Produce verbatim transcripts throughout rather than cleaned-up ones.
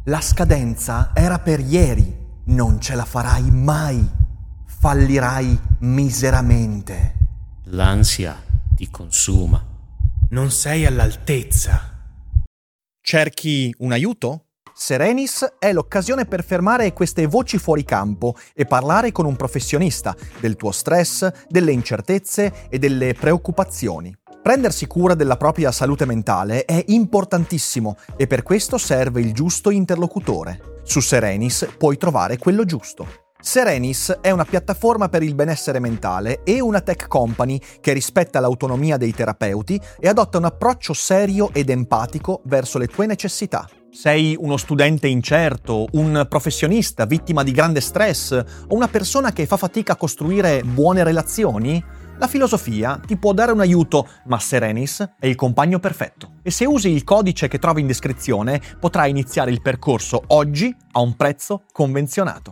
La scadenza era per ieri, non ce la farai mai, fallirai miseramente. L'ansia ti consuma. Non sei all'altezza. Cerchi un aiuto? Serenis è l'occasione per fermare queste voci fuori campo e parlare con un professionista del tuo stress, delle incertezze e delle preoccupazioni. Prendersi cura della propria salute mentale è importantissimo e per questo serve il giusto interlocutore. Su Serenis puoi trovare quello giusto. Serenis è una piattaforma per il benessere mentale e una tech company che rispetta l'autonomia dei terapeuti e adotta un approccio serio ed empatico verso le tue necessità. Sei uno studente incerto, un professionista vittima di grande stress o una persona che fa fatica a costruire buone relazioni? La filosofia ti può dare un aiuto, ma Serenis è il compagno perfetto. E se usi il codice che trovi in descrizione, potrai iniziare il percorso oggi a un prezzo convenzionato.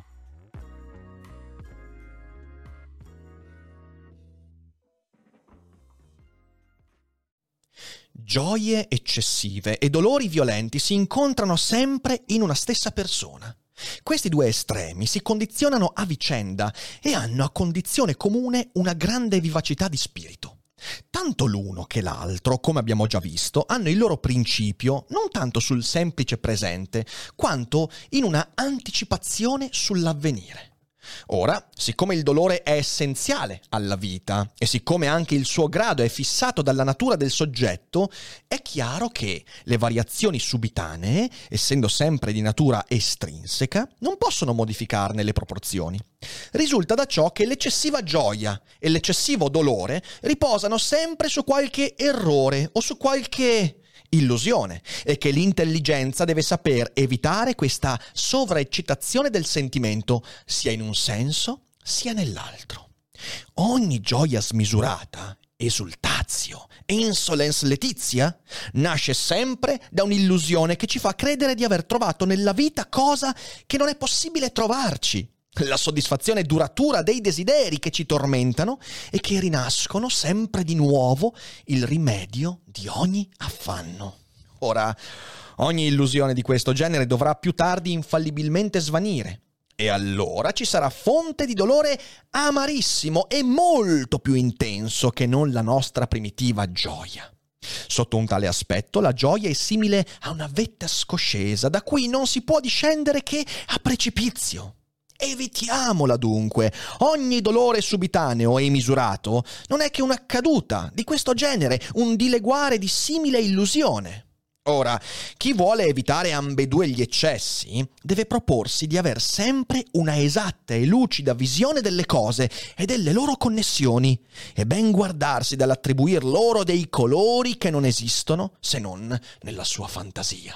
Gioie eccessive e dolori violenti si incontrano sempre in una stessa persona. Questi due estremi si condizionano a vicenda e hanno a condizione comune una grande vivacità di spirito. Tanto l'uno che l'altro, come abbiamo già visto, hanno il loro principio non tanto sul semplice presente, quanto in una anticipazione sull'avvenire. Ora, siccome il dolore è essenziale alla vita e siccome anche il suo grado è fissato dalla natura del soggetto, è chiaro che le variazioni subitanee, essendo sempre di natura estrinseca, non possono modificarne le proporzioni. Risulta da ciò che l'eccessiva gioia e l'eccessivo dolore riposano sempre su qualche errore o su qualche illusione e che l'intelligenza deve saper evitare questa sovraeccitazione del sentimento sia in un senso sia nell'altro. Ogni gioia smisurata, esultazio e insolens letizia nasce sempre da un'illusione che ci fa credere di aver trovato nella vita cosa che non è possibile trovarci. La soddisfazione duratura dei desideri che ci tormentano e che rinascono sempre di nuovo il rimedio di ogni affanno. Ora, ogni illusione di questo genere dovrà più tardi infallibilmente svanire e allora ci sarà fonte di dolore amarissimo e molto più intenso che non la nostra primitiva gioia. Sotto un tale aspetto, la gioia è simile a una vetta scoscesa da cui non si può discendere che a precipizio. Evitiamola dunque. Ogni dolore subitaneo e misurato non è che una caduta di questo genere, un dileguare di simile illusione. Ora, chi vuole evitare ambedue gli eccessi deve proporsi di aver sempre una esatta e lucida visione delle cose e delle loro connessioni e ben guardarsi dall'attribuir loro dei colori che non esistono se non nella sua fantasia.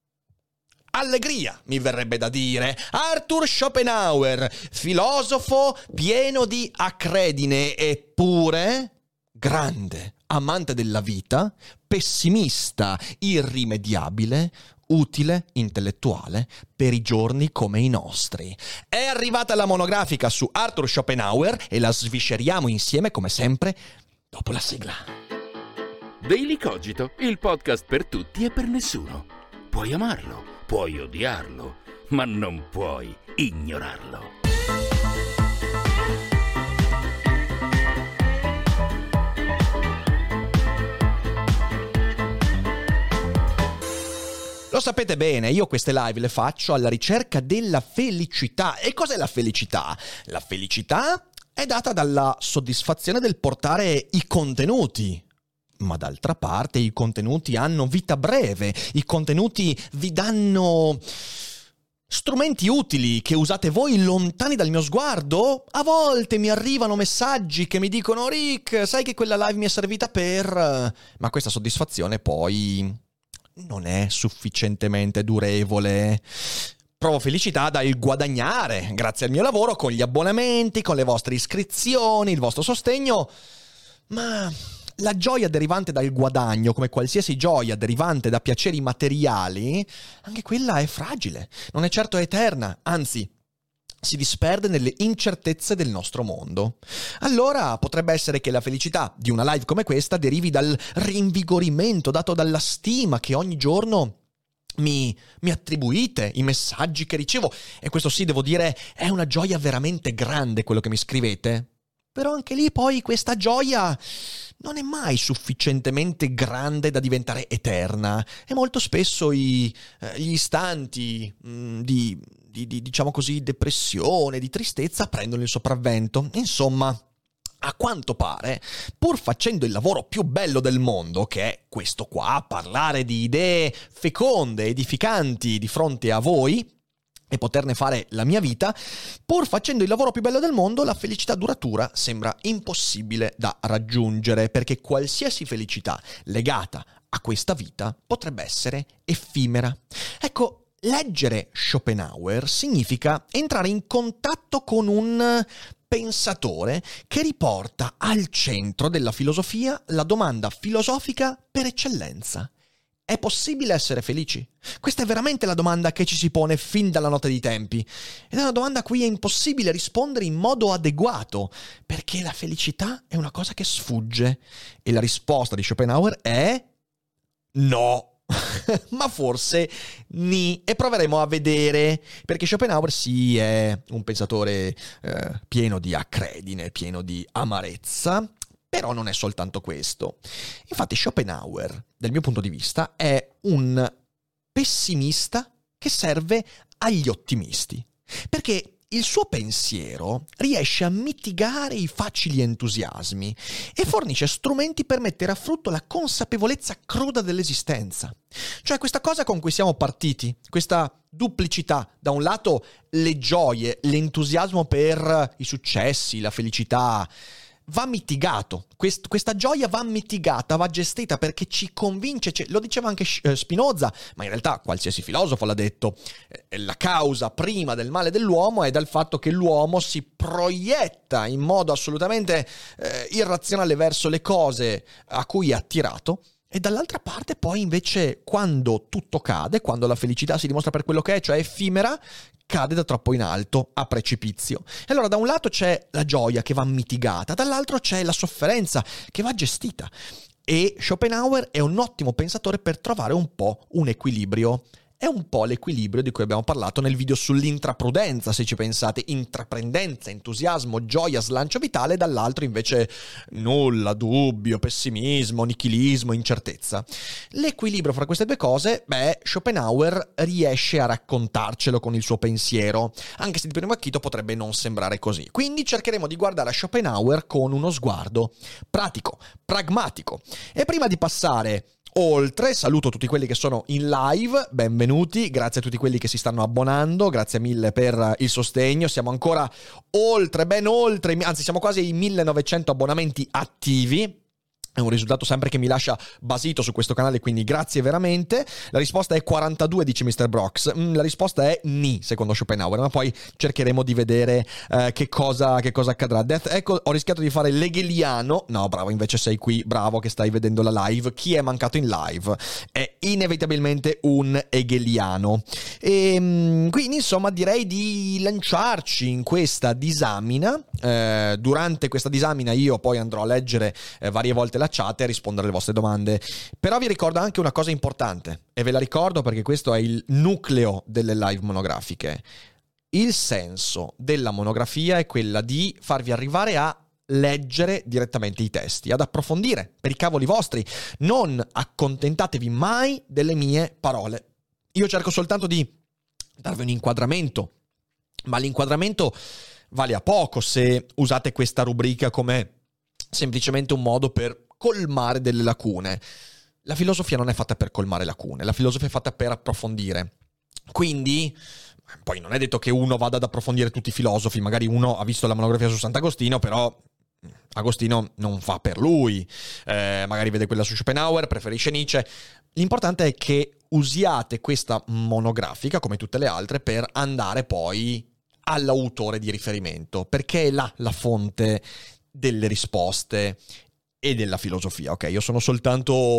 Allegria, mi verrebbe da dire. Arthur Schopenhauer, filosofo pieno di acredine eppure grande amante della vita, pessimista irrimediabile, utile intellettuale per i giorni come i nostri. È arrivata la monografica su Arthur Schopenhauer e la svisceriamo insieme come sempre dopo la sigla. Daily Cogito, il podcast per tutti e per nessuno. Puoi amarlo, puoi odiarlo, ma non puoi ignorarlo. Lo sapete bene, io queste live le faccio alla ricerca della felicità. E cos'è la felicità? La felicità è data dalla soddisfazione del portare i contenuti. Ma d'altra parte i contenuti hanno vita breve, i contenuti vi danno strumenti utili che usate voi lontani dal mio sguardo. A volte mi arrivano messaggi che mi dicono: Rick, sai che quella live mi è servita per... Ma questa soddisfazione poi non è sufficientemente durevole. Provo felicità dal guadagnare, grazie al mio lavoro, con gli abbonamenti, con le vostre iscrizioni, il vostro sostegno, ma... la gioia derivante dal guadagno, come qualsiasi gioia derivante da piaceri materiali, anche quella è fragile, non è certo eterna, anzi, si disperde nelle incertezze del nostro mondo. Allora potrebbe essere che la felicità di una live come questa derivi dal rinvigorimento dato dalla stima che ogni giorno mi, mi attribuite, i messaggi che ricevo. E questo sì, devo dire, è una gioia veramente grande quello che mi scrivete. Però anche lì poi questa gioia non è mai sufficientemente grande da diventare eterna. E molto spesso i, eh, gli istanti mh, di, di, di, diciamo così, depressione, di tristezza prendono il sopravvento. Insomma, a quanto pare, pur facendo il lavoro più bello del mondo, che è questo qua, parlare di idee feconde, edificanti di fronte a voi, e poterne fare la mia vita, pur facendo il lavoro più bello del mondo, la felicità duratura sembra impossibile da raggiungere, perché qualsiasi felicità legata a questa vita potrebbe essere effimera. Ecco, leggere Schopenhauer significa entrare in contatto con un pensatore che riporta al centro della filosofia la domanda filosofica per eccellenza. È possibile essere felici? Questa è veramente la domanda che ci si pone fin dalla notte dei tempi. Ed è una domanda a cui è impossibile rispondere in modo adeguato, perché la felicità è una cosa che sfugge. E la risposta di Schopenhauer è no. Ma forse ni. E proveremo a vedere, perché Schopenhauer sì è un pensatore eh, pieno di acredine, pieno di amarezza. Però non è soltanto questo. Infatti Schopenhauer, dal mio punto di vista, è un pessimista che serve agli ottimisti. Perché il suo pensiero riesce a mitigare i facili entusiasmi e fornisce strumenti per mettere a frutto la consapevolezza cruda dell'esistenza. Cioè questa cosa con cui siamo partiti, questa duplicità, da un lato le gioie, l'entusiasmo per i successi, la felicità, va mitigato, Quest, questa gioia va mitigata, va gestita perché ci convince, cioè, lo diceva anche eh, Spinoza, ma in realtà qualsiasi filosofo l'ha detto, eh, la causa prima del male dell'uomo è dal fatto che l'uomo si proietta in modo assolutamente eh, irrazionale verso le cose a cui è attirato. E dall'altra parte poi invece quando tutto cade, quando la felicità si dimostra per quello che è, cioè effimera, cade da troppo in alto, a precipizio. E allora da un lato c'è la gioia che va mitigata, dall'altro c'è la sofferenza che va gestita. E Schopenhauer è un ottimo pensatore per trovare un po' un equilibrio. È un po' l'equilibrio di cui abbiamo parlato nel video sull'intraprudenza, se ci pensate, intraprendenza, entusiasmo, gioia, slancio vitale, dall'altro invece nulla, dubbio, pessimismo, nichilismo, incertezza. L'equilibrio fra queste due cose, beh, Schopenhauer riesce a raccontarcelo con il suo pensiero, anche se di primo acchito potrebbe non sembrare così. Quindi cercheremo di guardare a Schopenhauer con uno sguardo pratico, pragmatico. E prima di passare oltre, saluto tutti quelli che sono in live, benvenuti, grazie a tutti quelli che si stanno abbonando, grazie mille per il sostegno, siamo ancora oltre, ben oltre, anzi siamo quasi ai millenovecento abbonamenti attivi. È un risultato sempre che mi lascia basito su questo canale, quindi grazie veramente. La risposta è quarantadue, dice mister Brox. Mm, la risposta è ni, secondo Schopenhauer, ma poi cercheremo di vedere eh, che, cosa, che cosa accadrà. Death, ecco, ho rischiato di fare l'hegeliano. No, bravo, invece sei qui, bravo che stai vedendo la live. Chi è mancato in live è inevitabilmente un hegeliano. E quindi, insomma, direi di lanciarci in questa disamina. Eh, durante questa disamina io poi andrò a leggere eh, varie volte la chat e rispondere alle vostre domande. Però vi ricordo anche una cosa importante, e ve la ricordo perché questo è il nucleo delle live monografiche. Il senso della monografia è quella di farvi arrivare a leggere direttamente i testi, ad approfondire per i cavoli vostri. Non accontentatevi mai delle mie parole. Io cerco soltanto di darvi un inquadramento, ma l'inquadramento vale a poco se usate questa rubrica come semplicemente un modo per colmare delle lacune. La filosofia non è fatta per colmare lacune, la filosofia è fatta per approfondire. Quindi, poi non è detto che uno vada ad approfondire tutti i filosofi, magari uno ha visto la monografia su Sant'Agostino, però Agostino non fa per lui, eh, magari vede quella su Schopenhauer, preferisce Nietzsche. L'importante è che usiate questa monografica, come tutte le altre, per andare poi all'autore di riferimento, perché è là la fonte delle risposte e della filosofia, ok? Io sono soltanto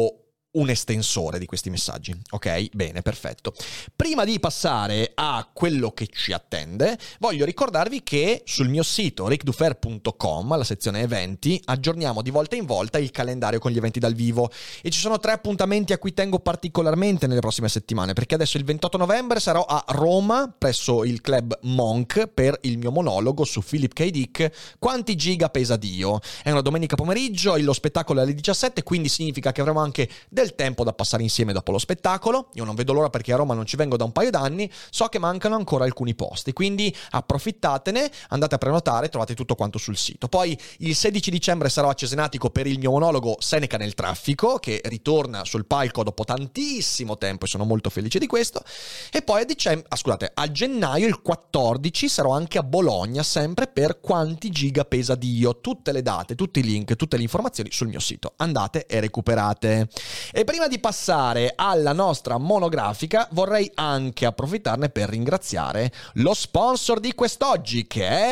un estensore di questi messaggi, ok? Bene, perfetto. Prima di passare a quello che ci attende, voglio ricordarvi che sul mio sito rick dufer punto com, alla sezione eventi, aggiorniamo di volta in volta il calendario con gli eventi dal vivo e ci sono tre appuntamenti a cui tengo particolarmente nelle prossime settimane, perché adesso il ventotto novembre sarò a Roma presso il Club Monk per il mio monologo su Philip K. Dick, Quanti giga pesa Dio? È una domenica pomeriggio, lo spettacolo è alle diciassette, quindi significa che avremo anche del tempo da passare insieme dopo lo spettacolo. Io non vedo l'ora perché a Roma non ci vengo da un paio d'anni, so che mancano ancora alcuni posti, quindi approfittatene, andate a prenotare, trovate tutto quanto sul sito. Poi il sedici dicembre sarò a Cesenatico per il mio monologo Seneca nel traffico, che ritorna sul palco dopo tantissimo tempo e sono molto felice di questo. E poi a dicembre, ah, scusate, a gennaio il quattordici sarò anche a Bologna, sempre per Quanti giga pesa Dio. Tutte le date, tutti i link, tutte le informazioni sul mio sito, andate e recuperate. E prima di passare alla nostra monografica vorrei anche approfittarne per ringraziare lo sponsor di quest'oggi, che è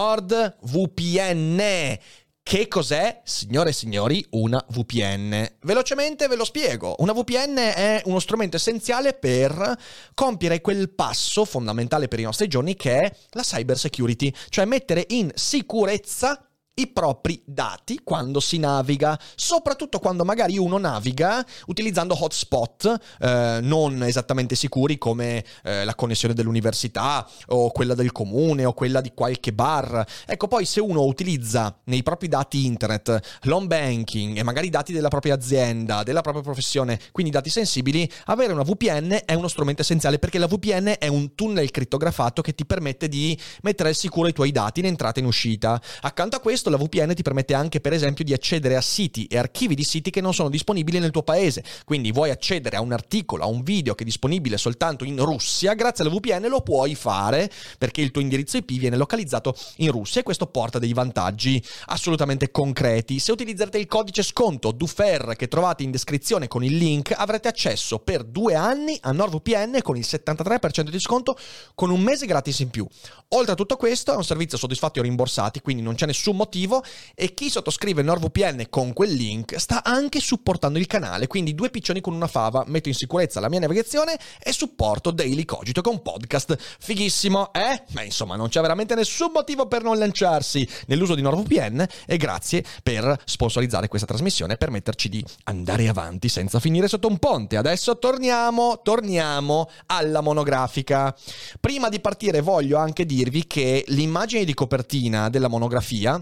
NordVPN. Che cos'è, signore e signori, una V P N? Velocemente ve lo spiego. Una V P N è uno strumento essenziale per compiere quel passo fondamentale per i nostri giorni che è la cyber security, cioè mettere in sicurezza i propri dati quando si naviga, soprattutto quando magari uno naviga utilizzando hotspot eh, non esattamente sicuri come eh, la connessione dell'università o quella del comune o quella di qualche bar. Ecco, poi se uno utilizza nei propri dati internet l'home banking e magari dati della propria azienda, della propria professione, quindi dati sensibili, avere una V P N è uno strumento essenziale, perché la V P N è un tunnel crittografato che ti permette di mettere al sicuro i tuoi dati in entrata e in uscita. Accanto a questo la V P N ti permette anche, per esempio, di accedere a siti e archivi di siti che non sono disponibili nel tuo paese. Quindi vuoi accedere a un articolo, a un video che è disponibile soltanto in Russia, grazie alla V P N lo puoi fare perché il tuo indirizzo I P viene localizzato in Russia, e questo porta dei vantaggi assolutamente concreti. Se utilizzate il codice sconto DUFER che trovate in descrizione con il link, avrete accesso per due anni a NordVPN con il settantatré per cento di sconto, con un mese gratis in più. Oltre a tutto questo è un servizio soddisfatti o rimborsati, quindi non c'è nessun motivo, e chi sottoscrive NordVPN con quel link sta anche supportando il canale, quindi due piccioni con una fava: metto in sicurezza la mia navigazione e supporto Daily Cogito, che è un podcast fighissimo, eh? Beh, insomma, non c'è veramente nessun motivo per non lanciarsi nell'uso di NordVPN, e grazie per sponsorizzare questa trasmissione e permetterci di andare avanti senza finire sotto un ponte. Adesso torniamo, torniamo alla monografica. Prima di partire voglio anche dirvi che l'immagine di copertina della monografia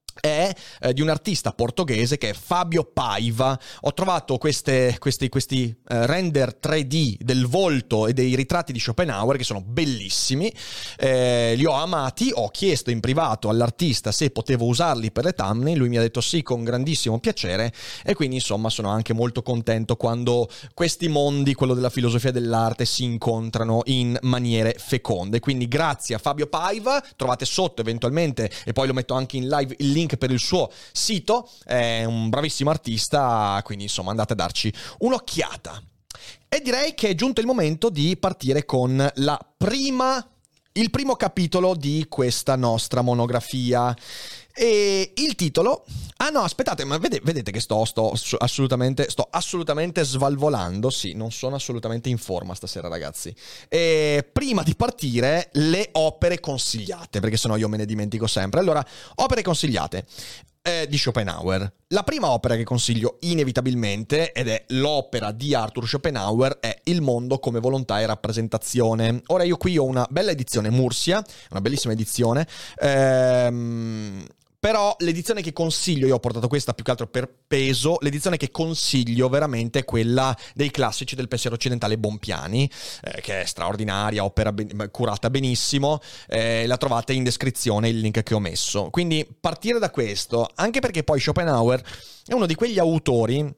è eh, di un artista portoghese che è Fabio Paiva. Ho trovato queste, questi, questi eh, render tre D del volto e dei ritratti di Schopenhauer che sono bellissimi, eh, li ho amati. Ho chiesto in privato all'artista se potevo usarli per le thumbnail, lui mi ha detto sì, con grandissimo piacere, e quindi insomma sono anche molto contento quando questi mondi, quello della filosofia e dell'arte, si incontrano in maniere feconde. Quindi grazie a Fabio Paiva, trovate sotto eventualmente, e poi lo metto anche in live, il link per il suo sito. È un bravissimo artista, quindi insomma andate a darci un'occhiata. E direi che è giunto il momento di partire con la prima, il primo capitolo di questa nostra monografia. E il titolo... Ah no, aspettate, ma vedete, vedete che sto, sto assolutamente sto assolutamente svalvolando. Sì, non sono assolutamente in forma stasera, ragazzi. E prima di partire, le opere consigliate, perché sennò io me ne dimentico sempre. Allora, opere consigliate eh, di Schopenhauer. La prima opera che consiglio inevitabilmente, ed è l'opera di Arthur Schopenhauer, è Il mondo come volontà e rappresentazione. Ora io qui ho una bella edizione Mursia, una bellissima edizione, ehm... però l'edizione che consiglio, io ho portato questa più che altro per peso, l'edizione che consiglio veramente è quella dei classici del pensiero occidentale Bompiani, eh, che è straordinaria, opera ben, curata benissimo, eh, la trovate in descrizione il link che ho messo. Quindi partire da questo, anche perché poi Schopenhauer è uno di quegli autori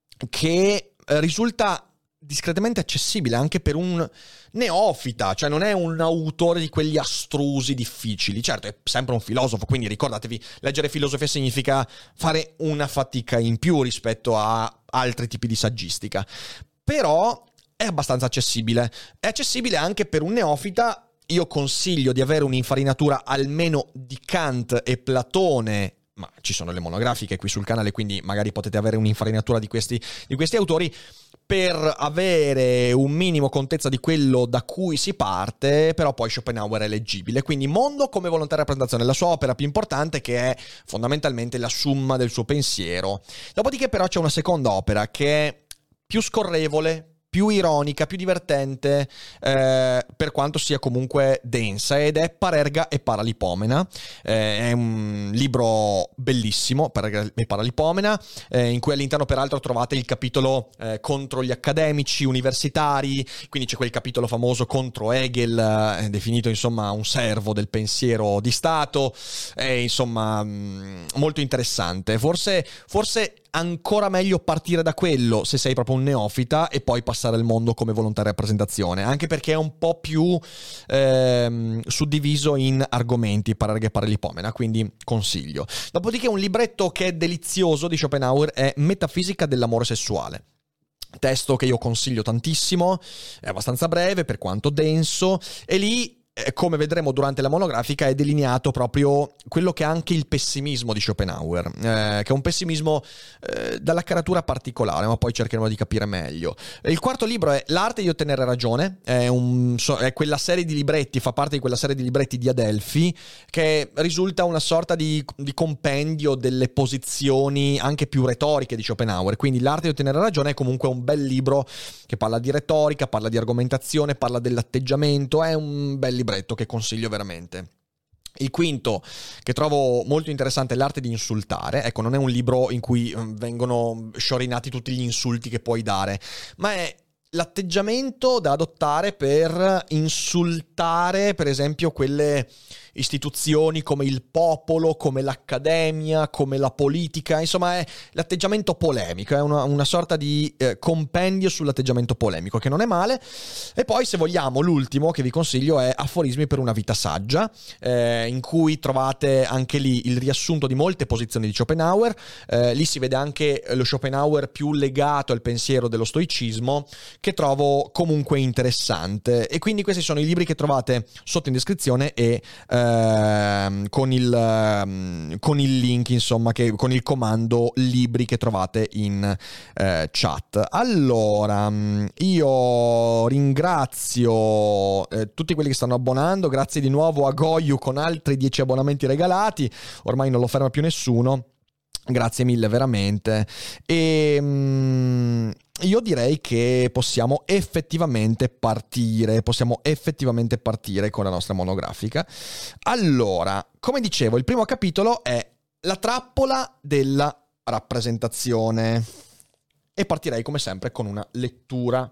che eh, risulta discretamente accessibile anche per un neofita, cioè non è un autore di quegli astrusi difficili. Certo, è sempre un filosofo, quindi ricordatevi, leggere filosofia significa fare una fatica in più rispetto a altri tipi di saggistica, però è abbastanza accessibile. È accessibile anche per un neofita. Io consiglio di avere un'infarinatura almeno di Kant e Platone ma ci sono le monografiche qui sul canale, quindi magari potete avere un'infarinatura di questi, di questi autori, per avere un minimo contezza di quello da cui si parte, però poi Schopenhauer è leggibile. Quindi Mondo come volontà e rappresentazione, la sua opera più importante, che è fondamentalmente la summa del suo pensiero. Dopodiché però c'è una seconda opera che è più scorrevole, più ironica, più divertente, eh, per quanto sia comunque densa, ed è Parerga e Paralipomena. Eh, è un libro bellissimo, Parerga e Paralipomena, eh, in cui all'interno peraltro trovate il capitolo eh, contro gli accademici universitari, quindi c'è quel capitolo famoso contro Hegel, eh, definito insomma un servo del pensiero di Stato. È insomma mh, molto interessante. Forse, forse ancora meglio partire da quello se sei proprio un neofita e poi passare al Mondo come volontà e rappresentazione, anche perché è un po' più ehm, suddiviso in argomenti, Parerga e Paralipomena, quindi consiglio. Dopodiché un libretto che è delizioso di Schopenhauer è Metafisica dell'amore sessuale. Testo che io consiglio tantissimo, è abbastanza breve per quanto denso, e lì, come vedremo durante la monografica, è delineato proprio quello che è anche il pessimismo di Schopenhauer, eh, che è un pessimismo eh, dalla caratura particolare, ma poi cercheremo di capire meglio. Il quarto libro è L'arte di ottenere ragione, è, un, è quella serie di libretti, fa parte di quella serie di libretti di Adelphi, che risulta una sorta di, di compendio delle posizioni anche più retoriche di Schopenhauer. Quindi L'arte di ottenere ragione è comunque un bel libro che parla di retorica, parla di argomentazione, parla dell'atteggiamento, è un bel libro che consiglio veramente. Il quinto, che trovo molto interessante, è L'arte di insultare. Ecco, non è un libro in cui vengono sciorinati tutti gli insulti che puoi dare, ma è l'atteggiamento da adottare per insultare, per esempio, quelle istituzioni come il popolo, come l'accademia, come la politica. Insomma, è l'atteggiamento polemico, è una, una sorta di eh, compendio sull'atteggiamento polemico, che non è male. E poi, se vogliamo, l'ultimo che vi consiglio è Aforismi per una vita saggia, eh, in cui trovate anche lì il riassunto di molte posizioni di Schopenhauer. Eh, lì si vede anche lo Schopenhauer più legato al pensiero dello stoicismo, che trovo comunque interessante. E quindi questi sono i libri che trovate sotto in descrizione e eh, con il con il link, insomma, che con il comando libri che trovate in eh, chat. Allora, io ringrazio eh, tutti quelli che stanno abbonando. Grazie di nuovo a Goyu con altri dieci abbonamenti regalati, ormai non lo ferma più nessuno. Grazie mille veramente. E mm, io direi che possiamo effettivamente partire, possiamo effettivamente partire con la nostra monografica. Allora, come dicevo, il primo capitolo è la trappola della rappresentazione, e partirei come sempre con una lettura.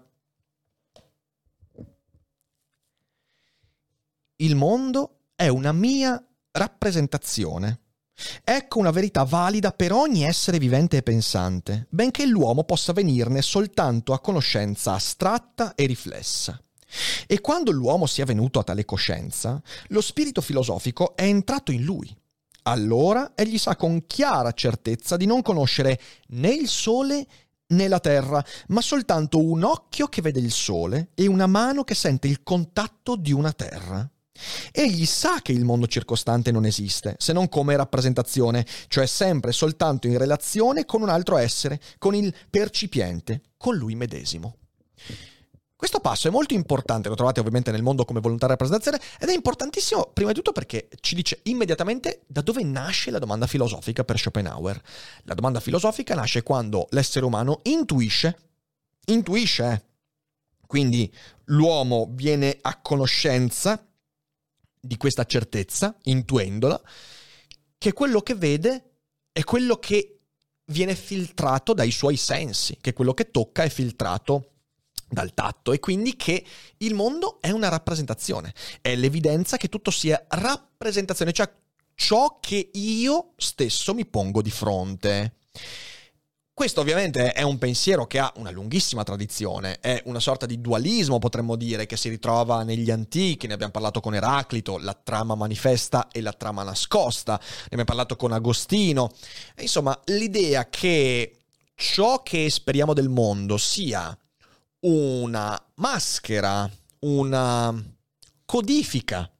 Il mondo è una mia rappresentazione. Ecco una verità valida per ogni essere vivente e pensante, benché l'uomo possa venirne soltanto a conoscenza astratta e riflessa. E quando l'uomo sia venuto a tale coscienza, lo spirito filosofico è entrato in lui. Allora egli sa con chiara certezza di non conoscere né il sole né la terra, ma soltanto un occhio che vede il sole e una mano che sente il contatto di una terra. Egli sa che il mondo circostante non esiste, se non come rappresentazione, cioè sempre soltanto in relazione con un altro essere, con il percipiente, con lui medesimo. Questo passo è molto importante, lo trovate ovviamente nel Mondo come volontà e rappresentazione, ed è importantissimo prima di tutto perché ci dice immediatamente da dove nasce la domanda filosofica per Schopenhauer. La domanda filosofica nasce quando l'essere umano intuisce, intuisce, eh. Quindi l'uomo viene a conoscenza di questa certezza, intuendola, che quello che vede è quello che viene filtrato dai suoi sensi, che quello che tocca è filtrato dal tatto, e quindi che il mondo è una rappresentazione, è l'evidenza che tutto sia rappresentazione, cioè ciò che io stesso mi pongo di fronte. Questo ovviamente è un pensiero che ha una lunghissima tradizione, è una sorta di dualismo, potremmo dire, che si ritrova negli antichi. Ne abbiamo parlato con Eraclito, la trama manifesta e la trama nascosta, ne abbiamo parlato con Agostino. Insomma, l'idea che ciò che speriamo del mondo sia una maschera, una codifica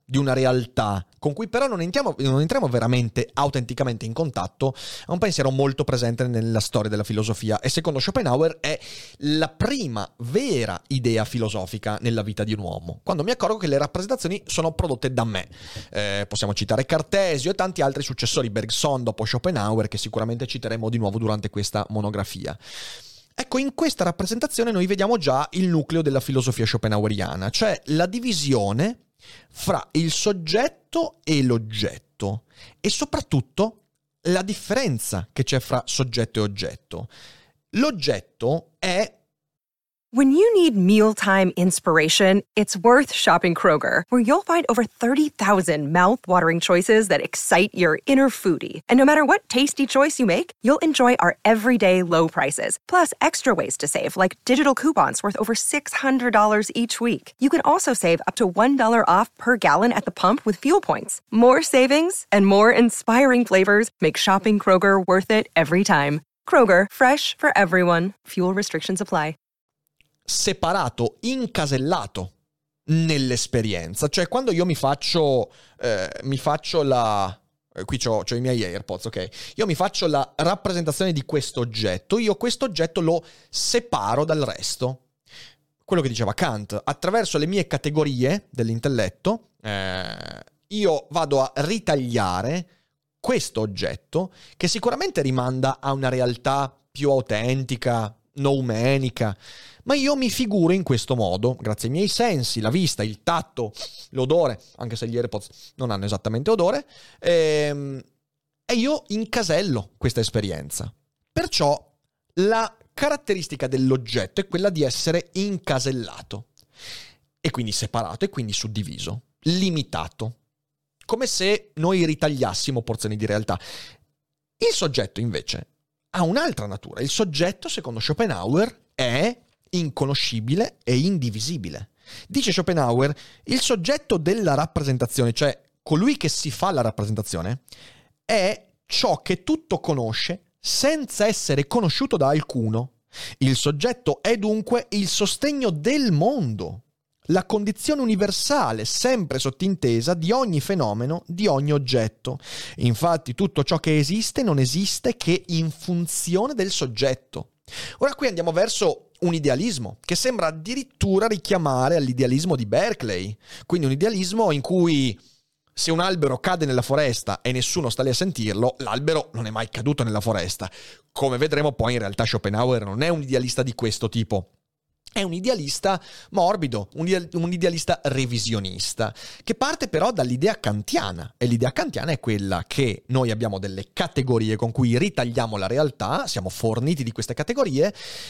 di una realtà con cui però non entriamo, non entriamo veramente autenticamente in contatto, è un pensiero molto presente nella storia della filosofia e secondo Schopenhauer è la prima vera idea filosofica nella vita di un uomo, quando mi accorgo che le rappresentazioni sono prodotte da me. Eh, possiamo citare Cartesio e tanti altri successori, Bergson dopo Schopenhauer, che sicuramente citeremo di nuovo durante questa monografia. Ecco, in questa rappresentazione noi vediamo già il nucleo della filosofia schopenhaueriana, cioè la divisione fra il soggetto e l'oggetto e soprattutto la differenza che c'è fra soggetto e oggetto. L'oggetto è... When you need mealtime inspiration, it's worth shopping Kroger, where you'll find over thirty thousand mouth-watering choices that excite your inner foodie. And no matter what tasty choice you make, you'll enjoy our everyday low prices, plus extra ways to save, like digital coupons worth over six hundred dollars each week. You can also save up to one dollar off per gallon at the pump with fuel points. More savings and more inspiring flavors make shopping Kroger worth it every time. Kroger, fresh for everyone. Fuel restrictions apply. Separato, incasellato nell'esperienza, cioè quando io mi faccio eh, mi faccio la eh, qui c'ho, c'ho i miei AirPods, ok, io mi faccio la rappresentazione di questo oggetto, io questo oggetto lo separo dal resto, quello che diceva Kant, attraverso le mie categorie dell'intelletto eh, io vado a ritagliare questo oggetto che sicuramente rimanda a una realtà più autentica, noumenica, ma io mi figuro in questo modo, grazie ai miei sensi, la vista, il tatto, l'odore, anche se gli AirPods non hanno esattamente odore, ehm, e io incasello questa esperienza. Perciò la caratteristica dell'oggetto è quella di essere incasellato, e quindi separato, e quindi suddiviso, limitato, come se noi ritagliassimo porzioni di realtà. Il soggetto, invece, ha un'altra natura. Il soggetto, secondo Schopenhauer, è inconoscibile e indivisibile. Dice Schopenhauer, il soggetto della rappresentazione, cioè colui che si fa la rappresentazione, è ciò che tutto conosce senza essere conosciuto da alcuno. Il soggetto è dunque il sostegno del mondo, la condizione universale, sempre sottintesa, di ogni fenomeno, di ogni oggetto. Infatti tutto ciò che esiste non esiste che in funzione del soggetto. Ora qui andiamo verso un idealismo che sembra addirittura richiamare all'idealismo di Berkeley, quindi un idealismo in cui se un albero cade nella foresta e nessuno sta lì a sentirlo, l'albero non è mai caduto nella foresta. Come vedremo poi in realtà Schopenhauer non è un idealista di questo tipo. È un idealista morbido, un, ideal- un idealista revisionista, che parte però dall'idea kantiana. E l'idea kantiana è quella che noi abbiamo delle categorie con cui ritagliamo la realtà, siamo forniti di queste categorie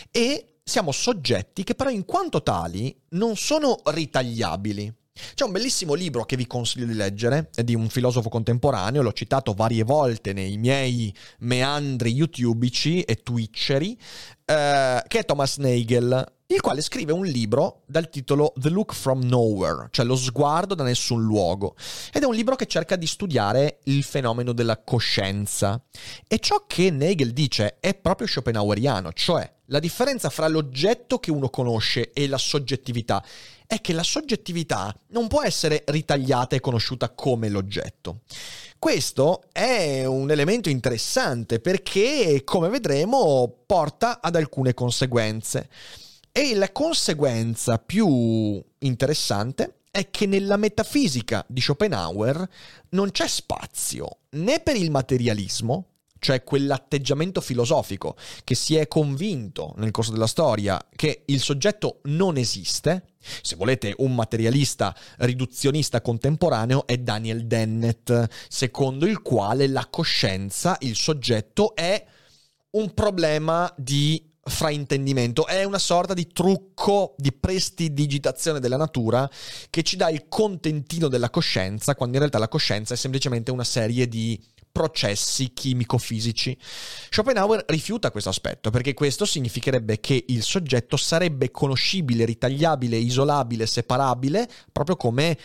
e siamo soggetti che però in quanto tali non sono ritagliabili. C'è un bellissimo libro che vi consiglio di leggere, è di un filosofo contemporaneo, l'ho citato varie volte nei miei meandri youtubici e twitcheri, eh, che è Thomas Nagel, il quale scrive un libro dal titolo The Look from Nowhere, cioè lo sguardo da nessun luogo, ed è un libro che cerca di studiare il fenomeno della coscienza. E ciò che Nagel dice è proprio schopenhaueriano, cioè la differenza fra l'oggetto che uno conosce e la soggettività è che la soggettività non può essere ritagliata e conosciuta come l'oggetto. Questo è un elemento interessante perché, come vedremo, porta ad alcune conseguenze. E la conseguenza più interessante è che nella metafisica di Schopenhauer non c'è spazio né per il materialismo, cioè quell'atteggiamento filosofico che si è convinto nel corso della storia che il soggetto non esiste. Se volete, un materialista riduzionista contemporaneo è Daniel Dennett, secondo il quale la coscienza, il soggetto, è un problema di fraintendimento, è una sorta di trucco di prestidigitazione della natura che ci dà il contentino della coscienza, quando in realtà la coscienza è semplicemente una serie di processi chimico-fisici. Schopenhauer rifiuta questo aspetto perché questo significherebbe che il soggetto sarebbe conoscibile, ritagliabile, isolabile, separabile, proprio come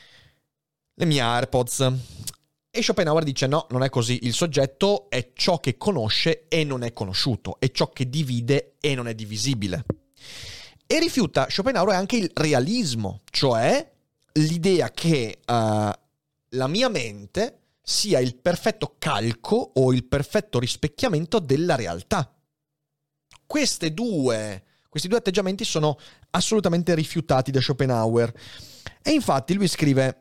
le mie AirPods. E Schopenhauer dice no, non è così, il soggetto è ciò che conosce e non è conosciuto, è ciò che divide e non è divisibile. E rifiuta Schopenhauer anche il realismo, cioè l'idea che uh, la mia mente sia il perfetto calco o il perfetto rispecchiamento della realtà. Queste due, questi due atteggiamenti sono assolutamente rifiutati da Schopenhauer. E infatti lui scrive: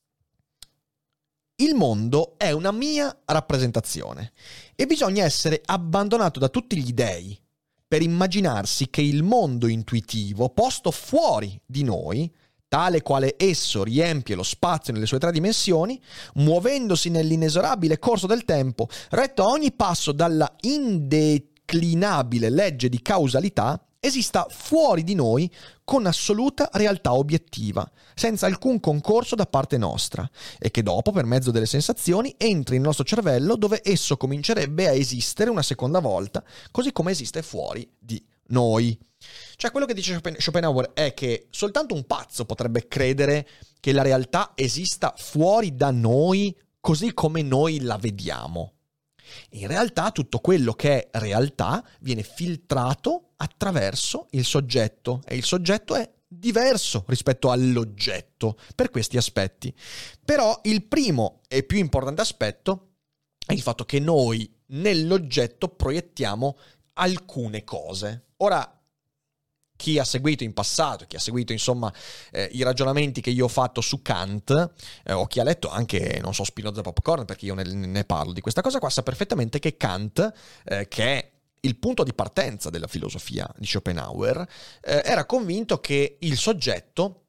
il mondo è una mia rappresentazione e bisogna essere abbandonato da tutti gli dei per immaginarsi che il mondo intuitivo, posto fuori di noi, tale quale esso riempie lo spazio nelle sue tre dimensioni, muovendosi nell'inesorabile corso del tempo, retto a ogni passo dalla indeclinabile legge di causalità, esista fuori di noi con assoluta realtà obiettiva, senza alcun concorso da parte nostra, e che dopo, per mezzo delle sensazioni, entri nel nostro cervello dove esso comincerebbe a esistere una seconda volta, così come esiste fuori di noi. Cioè, quello che dice Schopenhauer è che soltanto un pazzo potrebbe credere che la realtà esista fuori da noi così come noi la vediamo. In realtà tutto quello che è realtà viene filtrato attraverso il soggetto, e il soggetto è diverso rispetto all'oggetto per questi aspetti. Però il primo e più importante aspetto è il fatto che noi nell'oggetto proiettiamo alcune cose. Ora, chi ha seguito in passato, chi ha seguito insomma eh, i ragionamenti che io ho fatto su Kant, eh, o chi ha letto anche, non so, Spinoza Popcorn, perché io ne, ne parlo di questa cosa qua, sa perfettamente che Kant, eh, che è il punto di partenza della filosofia di Schopenhauer, eh, era convinto che il soggetto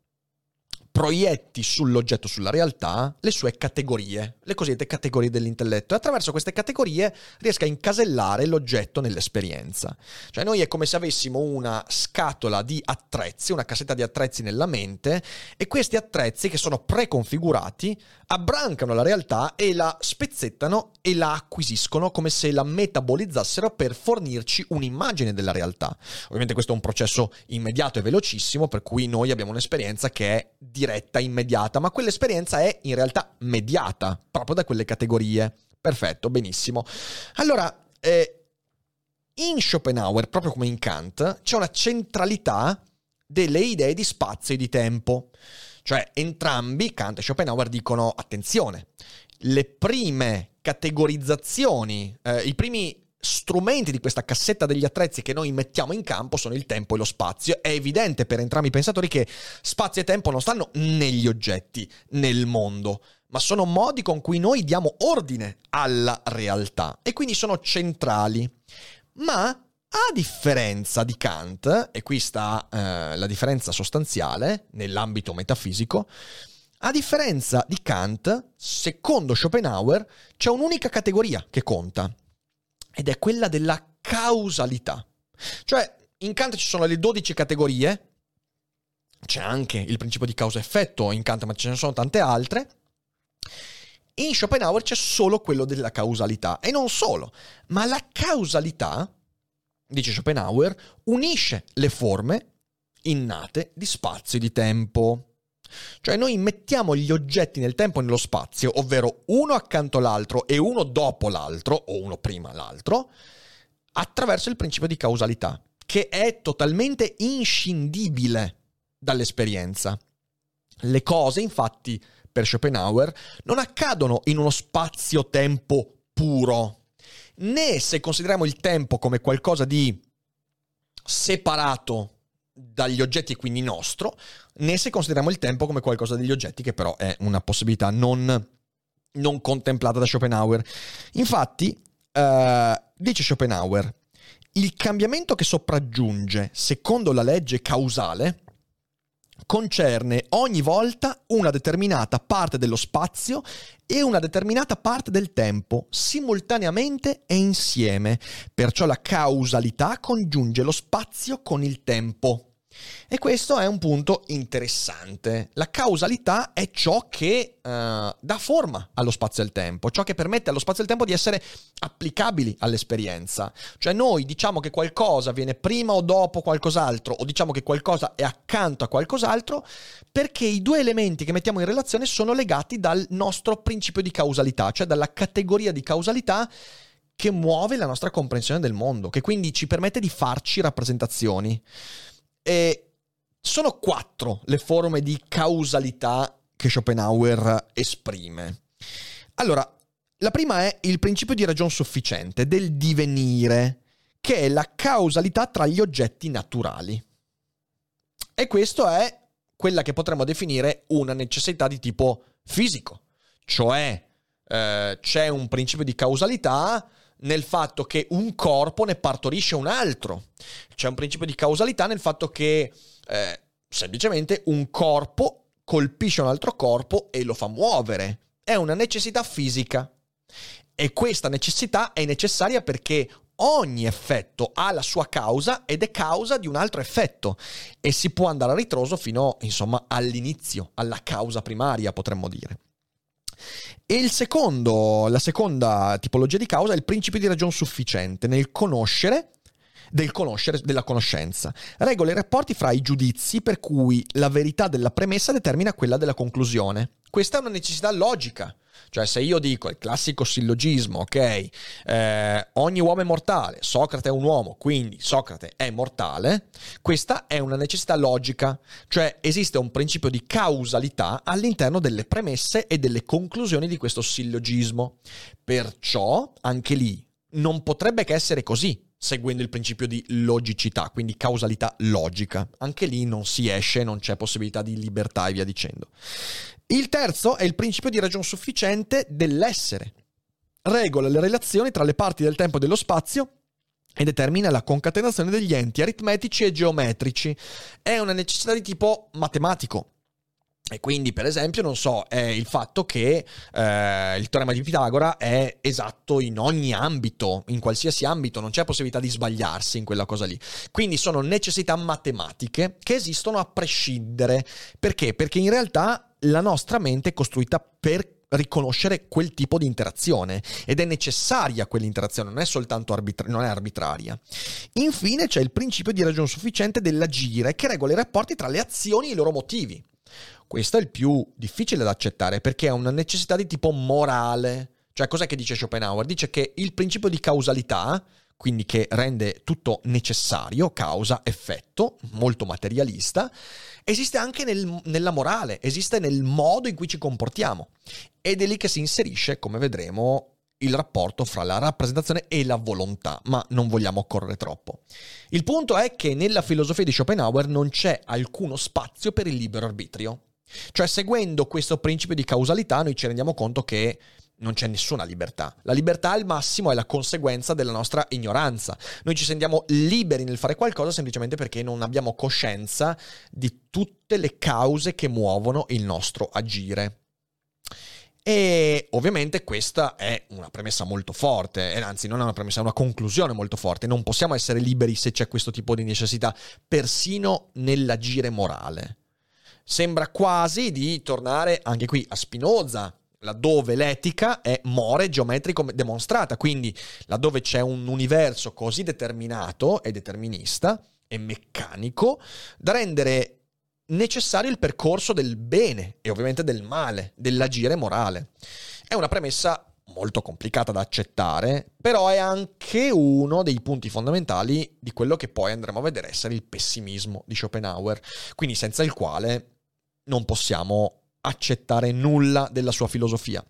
proietti sull'oggetto, sulla realtà, le sue categorie, le cosiddette categorie dell'intelletto, e attraverso queste categorie riesca a incasellare l'oggetto nell'esperienza. Cioè noi è come se avessimo una scatola di attrezzi, una cassetta di attrezzi nella mente, e questi attrezzi, che sono preconfigurati, abbrancano la realtà e la spezzettano e la acquisiscono come se la metabolizzassero per fornirci un'immagine della realtà. Ovviamente questo è un processo immediato e velocissimo, per cui noi abbiamo un'esperienza che è diretta, immediata, ma quell'esperienza è in realtà mediata proprio da quelle categorie. Perfetto, benissimo. Allora, eh, in Schopenhauer, proprio come in Kant, c'è una centralità delle idee di spazio e di tempo. Cioè, entrambi, Kant e Schopenhauer, dicono: attenzione, le prime categorizzazioni, eh, i primi strumenti di questa cassetta degli attrezzi che noi mettiamo in campo sono il tempo e lo spazio. È evidente per entrambi i pensatori che spazio e tempo non stanno negli oggetti, nel mondo, ma sono modi con cui noi diamo ordine alla realtà, e quindi sono centrali. Ma a differenza di Kant, e qui sta eh, la differenza sostanziale nell'ambito metafisico, a differenza di Kant, secondo Schopenhauer, c'è un'unica categoria che conta, ed è quella della causalità. Cioè, in Kant ci sono le dodici categorie, c'è anche il principio di causa-effetto in Kant, ma ce ne sono tante altre. In Schopenhauer c'è solo quello della causalità, e non solo, ma la causalità, dice Schopenhauer, unisce le forme innate di spazio e di tempo. Cioè noi mettiamo gli oggetti nel tempo e nello spazio, ovvero uno accanto all'altro e uno dopo l'altro, o uno prima l'altro, attraverso il principio di causalità, che è totalmente inscindibile dall'esperienza. Le cose, infatti, per Schopenhauer, non accadono in uno spazio-tempo puro, né se consideriamo il tempo come qualcosa di separato dagli oggetti e quindi nostro, né se consideriamo il tempo come qualcosa degli oggetti, che però è una possibilità non, non contemplata da Schopenhauer. Infatti, eh, dice Schopenhauer, il cambiamento che sopraggiunge secondo la legge causale concerne ogni volta una determinata parte dello spazio e una determinata parte del tempo, simultaneamente e insieme. Perciò la causalità congiunge lo spazio con il tempo. E questo è un punto interessante. La causalità è ciò che uh, dà forma allo spazio e al tempo, ciò che permette allo spazio e al tempo di essere applicabili all'esperienza. Cioè noi diciamo che qualcosa viene prima o dopo qualcos'altro, o diciamo che qualcosa è accanto a qualcos'altro, perché i due elementi che mettiamo in relazione sono legati dal nostro principio di causalità, cioè dalla categoria di causalità che muove la nostra comprensione del mondo, che quindi ci permette di farci rappresentazioni. E Sono quattro le forme di causalità che Schopenhauer esprime. Allora, la prima è il principio di ragion sufficiente, del divenire, che è la causalità tra gli oggetti naturali. E questo è quella che potremmo definire una necessità di tipo fisico, cioè eh, c'è un principio di causalità nel fatto che un corpo ne partorisce un altro, c'è un principio di causalità nel fatto che eh, semplicemente un corpo colpisce un altro corpo e lo fa muovere, è una necessità fisica e questa necessità è necessaria perché ogni effetto ha la sua causa ed è causa di un altro effetto e si può andare a ritroso fino, insomma, all'inizio, alla causa primaria, potremmo dire. E il secondo, la seconda tipologia di causa è il principio di ragion sufficiente nel conoscere, del conoscere, della conoscenza. Regola i rapporti fra i giudizi per cui la verità della premessa determina quella della conclusione. Questa è una necessità logica. Cioè, se io dico il classico sillogismo, ok, eh, ogni uomo è mortale, Socrate è un uomo, quindi Socrate è mortale, questa è una necessità logica, cioè esiste un principio di causalità all'interno delle premesse e delle conclusioni di questo sillogismo. Perciò, anche lì, non potrebbe che essere così, seguendo il principio di logicità, quindi causalità logica. Anche lì non si esce, non c'è possibilità di libertà e via dicendo. Il terzo è il principio di ragion sufficiente dell'essere. Regola le relazioni tra le parti del tempo e dello spazio e determina la concatenazione degli enti aritmetici e geometrici. È una necessità di tipo matematico. E quindi, per esempio, non so, è il fatto che eh, il teorema di Pitagora è esatto in ogni ambito, in qualsiasi ambito, non c'è possibilità di sbagliarsi in quella cosa lì. Quindi sono necessità matematiche che esistono a prescindere. Perché? Perché in realtà la nostra mente è costruita per riconoscere quel tipo di interazione ed è necessaria quell'interazione, non è soltanto arbitra- non è arbitraria. Infine c'è il principio di ragion sufficiente dell'agire che regola i rapporti tra le azioni e i loro motivi. Questo è il più difficile da accettare perché è una necessità di tipo morale. Cioè, cos'è che dice Schopenhauer? Dice che il principio di causalità, quindi che rende tutto necessario, causa, effetto, molto materialista, esiste anche nel, nella morale, esiste nel modo in cui ci comportiamo. Ed è lì che si inserisce, come vedremo, il rapporto fra la rappresentazione e la volontà, ma non vogliamo correre troppo. Il punto è che nella filosofia di Schopenhauer non c'è alcuno spazio per il libero arbitrio. Cioè, seguendo questo principio di causalità, noi ci rendiamo conto che non c'è nessuna libertà. La libertà al massimo è la conseguenza della nostra ignoranza. Noi ci sentiamo liberi nel fare qualcosa semplicemente perché non abbiamo coscienza di tutte le cause che muovono il nostro agire. E ovviamente questa è una premessa molto forte, e anzi non è una premessa, è una conclusione molto forte. Non possiamo essere liberi se c'è questo tipo di necessità, persino nell'agire morale. Sembra quasi di tornare anche qui a Spinoza, laddove l'etica è more geometrico demonstrata, quindi laddove c'è un universo così determinato e determinista e meccanico da rendere necessario il percorso del bene e ovviamente del male, dell'agire morale. È una premessa molto complicata da accettare, però è anche uno dei punti fondamentali di quello che poi andremo a vedere essere il pessimismo di Schopenhauer, quindi senza il quale non possiamo accettare nulla della sua filosofia.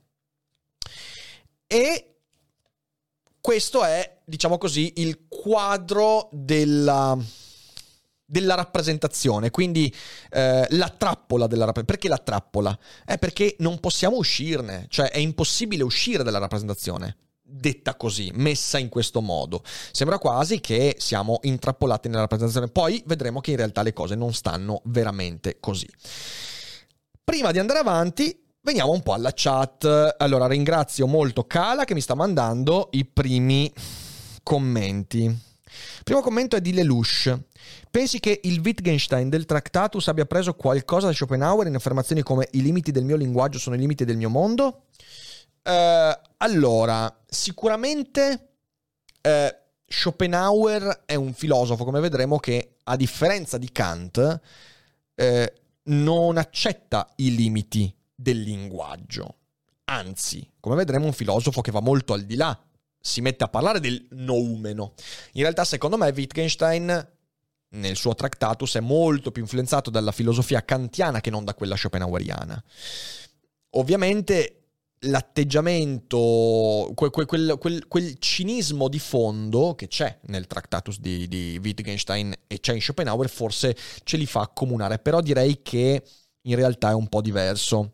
E questo è, diciamo così, il quadro della, della rappresentazione, quindi eh, la trappola della rappresentazione. Perché la trappola? È perché non possiamo uscirne, cioè è impossibile uscire dalla rappresentazione. Detta così, messa in questo modo. Sembra quasi che siamo intrappolati nella rappresentazione. Poi vedremo che in realtà le cose non stanno veramente così. Prima di andare avanti, veniamo un po' alla chat. Allora, ringrazio molto Kala che mi sta mandando i primi commenti. Il primo commento è di Lelouch. Pensi che il Wittgenstein del Tractatus abbia preso qualcosa da Schopenhauer in affermazioni come i limiti del mio linguaggio sono i limiti del mio mondo? Uh, allora, sicuramente uh, Schopenhauer è un filosofo, come vedremo, che a differenza di Kant uh, non accetta i limiti del linguaggio. Anzi, come vedremo, è un filosofo che va molto al di là, si mette a parlare del noumeno. In realtà, secondo me, Wittgenstein nel suo Tractatus è molto più influenzato dalla filosofia kantiana che non da quella schopenhaueriana. Ovviamente l'atteggiamento, quel, quel, quel, quel cinismo di fondo che c'è nel Tractatus di, di Wittgenstein e c'è in Schopenhauer forse ce li fa accomunare, però direi che in realtà è un po' diverso.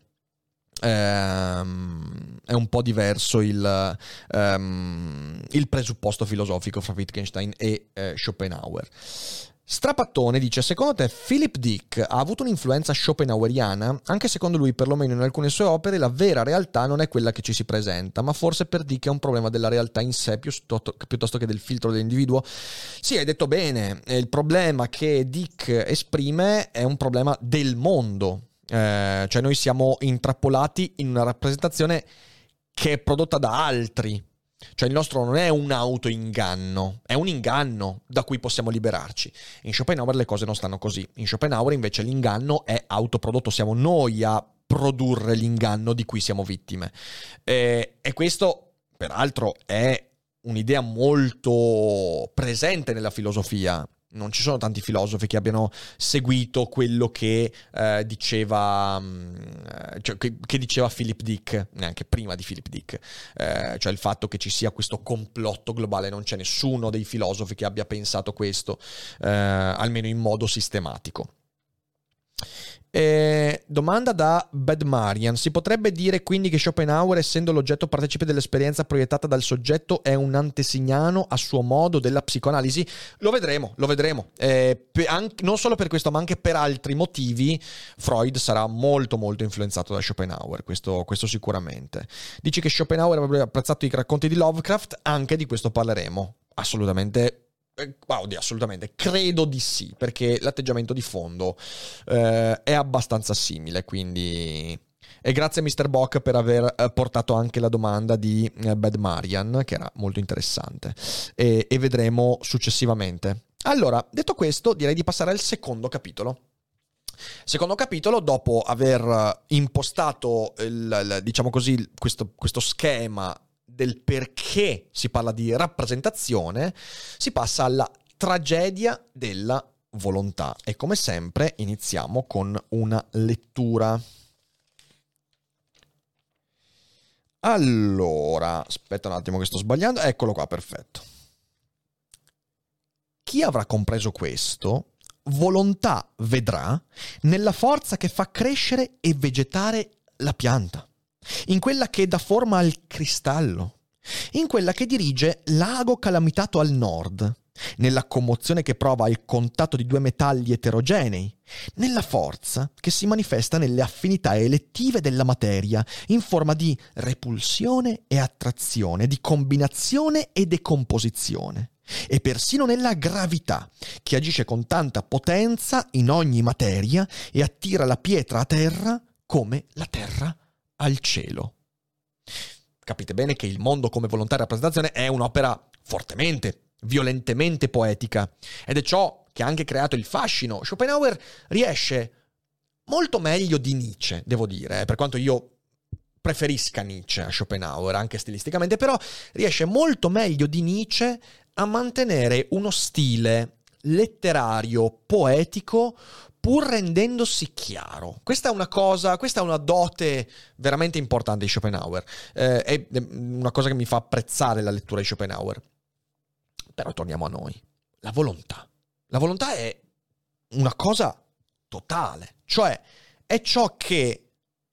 Ehm, è un po' diverso il, um, il presupposto filosofico fra Wittgenstein e eh, Schopenhauer. Strapattone dice: secondo te Philip Dick ha avuto un'influenza schopenhaueriana? Anche secondo lui, perlomeno in alcune sue opere, la vera realtà non è quella che ci si presenta, ma forse per Dick è un problema della realtà in sé piuttosto che del filtro dell'individuo. Sì, hai detto bene, il problema che Dick esprime è un problema del mondo, eh, cioè noi siamo intrappolati in una rappresentazione che è prodotta da altri. Cioè il nostro non è un autoinganno, è un inganno da cui possiamo liberarci. In Schopenhauer le cose non stanno così. In Schopenhauer invece l'inganno è autoprodotto, siamo noi a produrre l'inganno di cui siamo vittime. E, e questo, peraltro, è un'idea molto presente nella filosofia. Non ci sono tanti filosofi che abbiano seguito quello che eh, diceva cioè, che, che diceva Philip Dick, neanche prima di Philip Dick, eh, cioè il fatto che ci sia questo complotto globale. Non c'è nessuno dei filosofi che abbia pensato questo, eh, almeno in modo sistematico. Eh, domanda da Bad Marian: si potrebbe dire quindi che Schopenhauer, essendo l'oggetto partecipe dell'esperienza proiettata dal soggetto, è un antesignano a suo modo della psicoanalisi? Lo vedremo, lo vedremo. Eh, per, anche, non solo per questo, ma anche per altri motivi Freud sarà molto molto influenzato da Schopenhauer, questo, questo sicuramente. Dici che Schopenhauer avrebbe apprezzato i racconti di Lovecraft? Anche di questo parleremo. Assolutamente. Wow, assolutamente, credo di sì, perché l'atteggiamento di fondo eh, è abbastanza simile, quindi... E grazie a mister Bock per aver eh, portato anche la domanda di eh, Bad Marian, che era molto interessante, e, e vedremo successivamente. Allora, detto questo, direi di passare al secondo capitolo. Secondo capitolo, dopo aver impostato, il, il, diciamo così, questo, questo schema del perché si parla di rappresentazione, si passa alla tragedia della volontà. E come sempre iniziamo con una lettura. Allora, aspetta un attimo che sto sbagliando. Eccolo qua, perfetto. Chi avrà compreso questo, volontà vedrà nella forza che fa crescere e vegetare la pianta, in quella che dà forma al cristallo, in quella che dirige l'ago calamitato al nord, nella commozione che prova al contatto di due metalli eterogenei, nella forza che si manifesta nelle affinità elettive della materia, in forma di repulsione e attrazione, di combinazione e decomposizione, e persino nella gravità, che agisce con tanta potenza in ogni materia e attira la pietra a terra come la terra al cielo. Capite bene che il mondo come volontà e rappresentazione è un'opera fortemente, violentemente poetica, ed è ciò che ha anche creato il fascino. Schopenhauer riesce molto meglio di Nietzsche, devo dire, per quanto io preferisca Nietzsche a Schopenhauer, anche stilisticamente, però riesce molto meglio di Nietzsche a mantenere uno stile letterario, poetico, pur rendendosi chiaro. Questa è una cosa, questa è una dote veramente importante di Schopenhauer, eh, è una cosa che mi fa apprezzare la lettura di Schopenhauer. Però torniamo a noi. La volontà. La volontà è una cosa totale, cioè è ciò che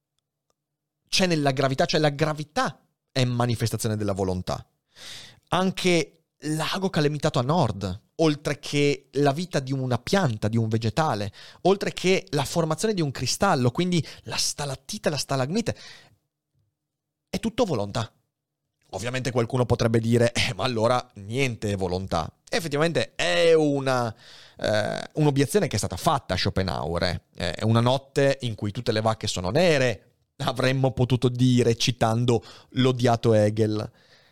c'è nella gravità, cioè la gravità è manifestazione della volontà. Anche l'ago calamitato a nord, oltre che la vita di una pianta, di un vegetale, oltre che la formazione di un cristallo, quindi la stalattite, la stalagmite, è tutto volontà. Ovviamente qualcuno potrebbe dire, eh, ma allora niente è volontà. Effettivamente è una, eh, un'obiezione che è stata fatta a Schopenhauer. Eh. È una notte in cui tutte le vacche sono nere, avremmo potuto dire, citando l'odiato Hegel.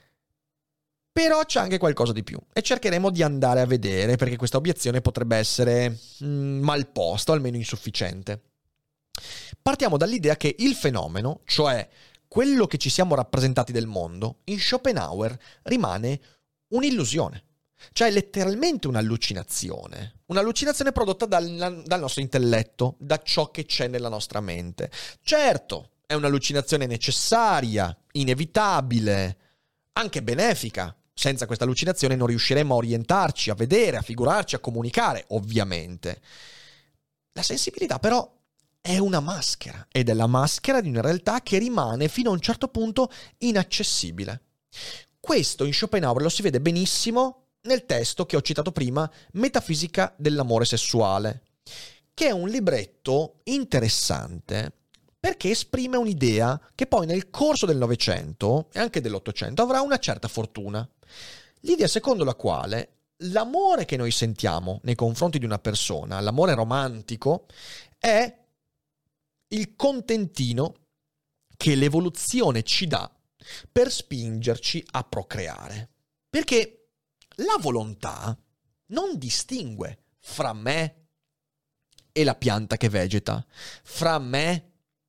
Però c'è anche qualcosa di più e cercheremo di andare a vedere, perché questa obiezione potrebbe essere mh, mal posta o almeno insufficiente. Partiamo dall'idea che il fenomeno, cioè quello che ci siamo rappresentati del mondo, in Schopenhauer rimane un'illusione. Cioè è letteralmente un'allucinazione. Un'allucinazione prodotta dal, dal nostro intelletto, da ciò che c'è nella nostra mente. Certo, è un'allucinazione necessaria, inevitabile, anche benefica. Senza questa allucinazione non riusciremo a orientarci, a vedere, a figurarci, a comunicare, ovviamente. La sensibilità però è una maschera, ed è la maschera di una realtà che rimane fino a un certo punto inaccessibile. Questo in Schopenhauer lo si vede benissimo nel testo che ho citato prima, Metafisica dell'amore sessuale, che è un libretto interessante perché esprime un'idea che poi nel corso del Novecento e anche dell'Ottocento avrà una certa fortuna. L'idea secondo la quale l'amore che noi sentiamo nei confronti di una persona, l'amore romantico, è il contentino che l'evoluzione ci dà per spingerci a procreare. Perché la volontà non distingue fra me e la pianta che vegeta, fra me,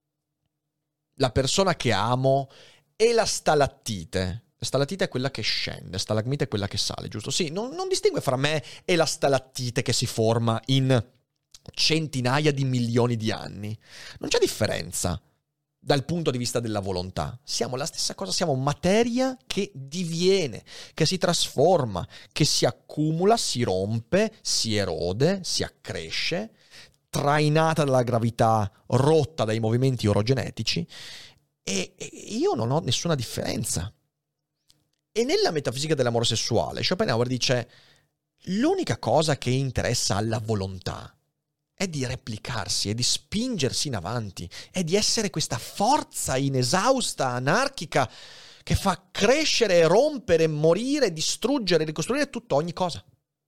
la persona che amo, e la stalattite. La stalattite è quella che scende, stalagmite è quella che sale, giusto? Sì, non, non distingue fra me e la stalattite che si forma in centinaia di milioni di anni. Non c'è differenza dal punto di vista della volontà. Siamo la stessa cosa, siamo materia che diviene, che si trasforma, che si accumula, si rompe, si erode, si accresce, trainata dalla gravità, rotta dai movimenti orogenetici, e, e io non ho nessuna differenza. E nella metafisica dell'amore sessuale, Schopenhauer dice: l'unica cosa che interessa alla volontà è di replicarsi, è di spingersi in avanti, è di essere questa forza inesausta, anarchica, che fa crescere, rompere, morire, distruggere, ricostruire tutto, ogni cosa.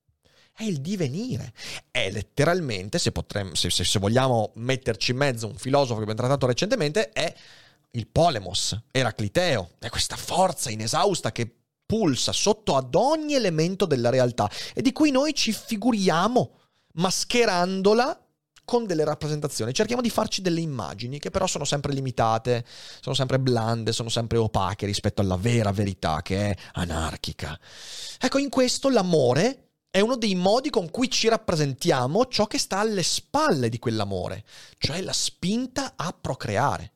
È il divenire. È letteralmente, se, potremmo, se, se, se vogliamo metterci in mezzo un filosofo che abbiamo trattato recentemente, è il polemos, Eracliteo. È questa forza inesausta che pulsa sotto ad ogni elemento della realtà e di cui noi ci figuriamo mascherandola con delle rappresentazioni. Cerchiamo di farci delle immagini che però sono sempre limitate, sono sempre blande, sono sempre opache rispetto alla vera verità che è anarchica. Ecco, in questo l'amore è uno dei modi con cui ci rappresentiamo ciò che sta alle spalle di quell'amore, cioè la spinta a procreare.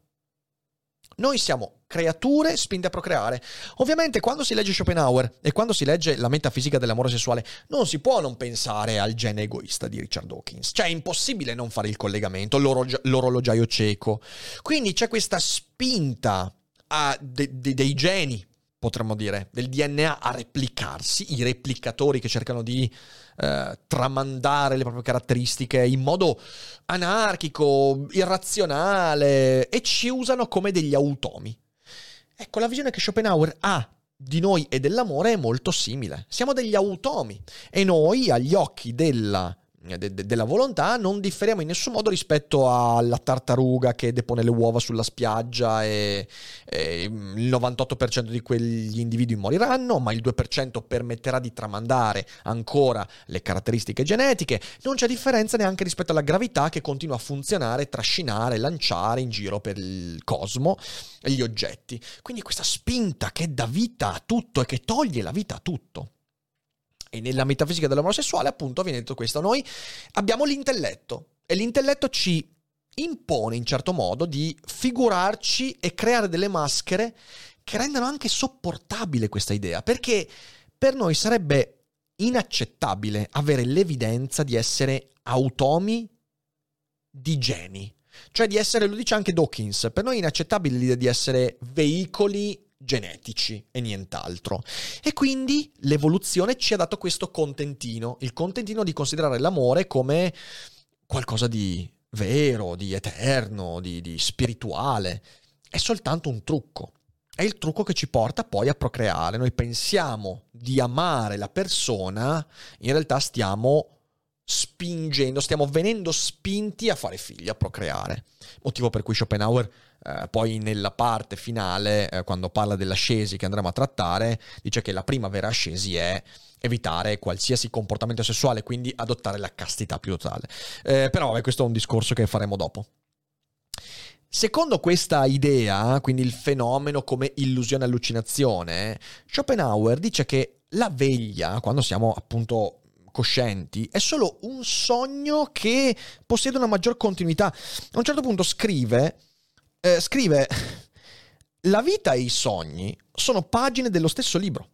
Noi siamo creature spinte a procreare. Ovviamente quando si legge Schopenhauer e quando si legge la metafisica dell'amore sessuale non si può non pensare al gene egoista di Richard Dawkins. Cioè è impossibile non fare il collegamento, l'orolog- l'orologiaio cieco. Quindi c'è questa spinta a de- de- dei geni, potremmo dire, del D N A a replicarsi, i replicatori che cercano di eh, tramandare le proprie caratteristiche in modo anarchico, irrazionale, e ci usano come degli automi. Ecco, la visione che Schopenhauer ha di noi e dell'amore è molto simile. Siamo degli automi e noi, agli occhi della De, de, della volontà, non differiamo in nessun modo rispetto alla tartaruga che depone le uova sulla spiaggia e, e il novantotto per cento di quegli individui moriranno, ma il due per cento permetterà di tramandare ancora le caratteristiche genetiche. Non c'è differenza neanche rispetto alla gravità che continua a funzionare, trascinare, lanciare in giro per il cosmo gli oggetti. Quindi questa spinta che dà vita a tutto e che toglie la vita a tutto. E nella metafisica dell'amore sessuale, appunto, viene detto questo. Noi abbiamo l'intelletto e l'intelletto ci impone in certo modo di figurarci e creare delle maschere che rendano anche sopportabile questa idea, perché per noi sarebbe inaccettabile avere l'evidenza di essere automi di geni, cioè di essere, lo dice anche Dawkins, per noi è inaccettabile l'idea di essere veicoli genetici e nient'altro. E quindi l'evoluzione ci ha dato questo contentino, il contentino di considerare l'amore come qualcosa di vero, di eterno, di, di spirituale. È soltanto un trucco. È il trucco che ci porta poi a procreare. Noi pensiamo di amare la persona, in realtà stiamo spingendo, stiamo venendo spinti a fare figli, a procreare. Motivo per cui Schopenhauer eh, poi nella parte finale, eh, quando parla dell'ascesi che andremo a trattare, dice che la prima vera ascesi è evitare qualsiasi comportamento sessuale, quindi adottare la castità più totale. Eh, però vabbè, questo è un discorso che faremo dopo. Secondo questa idea, quindi il fenomeno come illusione-allucinazione, Schopenhauer dice che la veglia, quando siamo appunto coscienti, è solo un sogno che possiede una maggior continuità. A un certo punto scrive, eh, scrive, la vita e i sogni sono pagine dello stesso libro.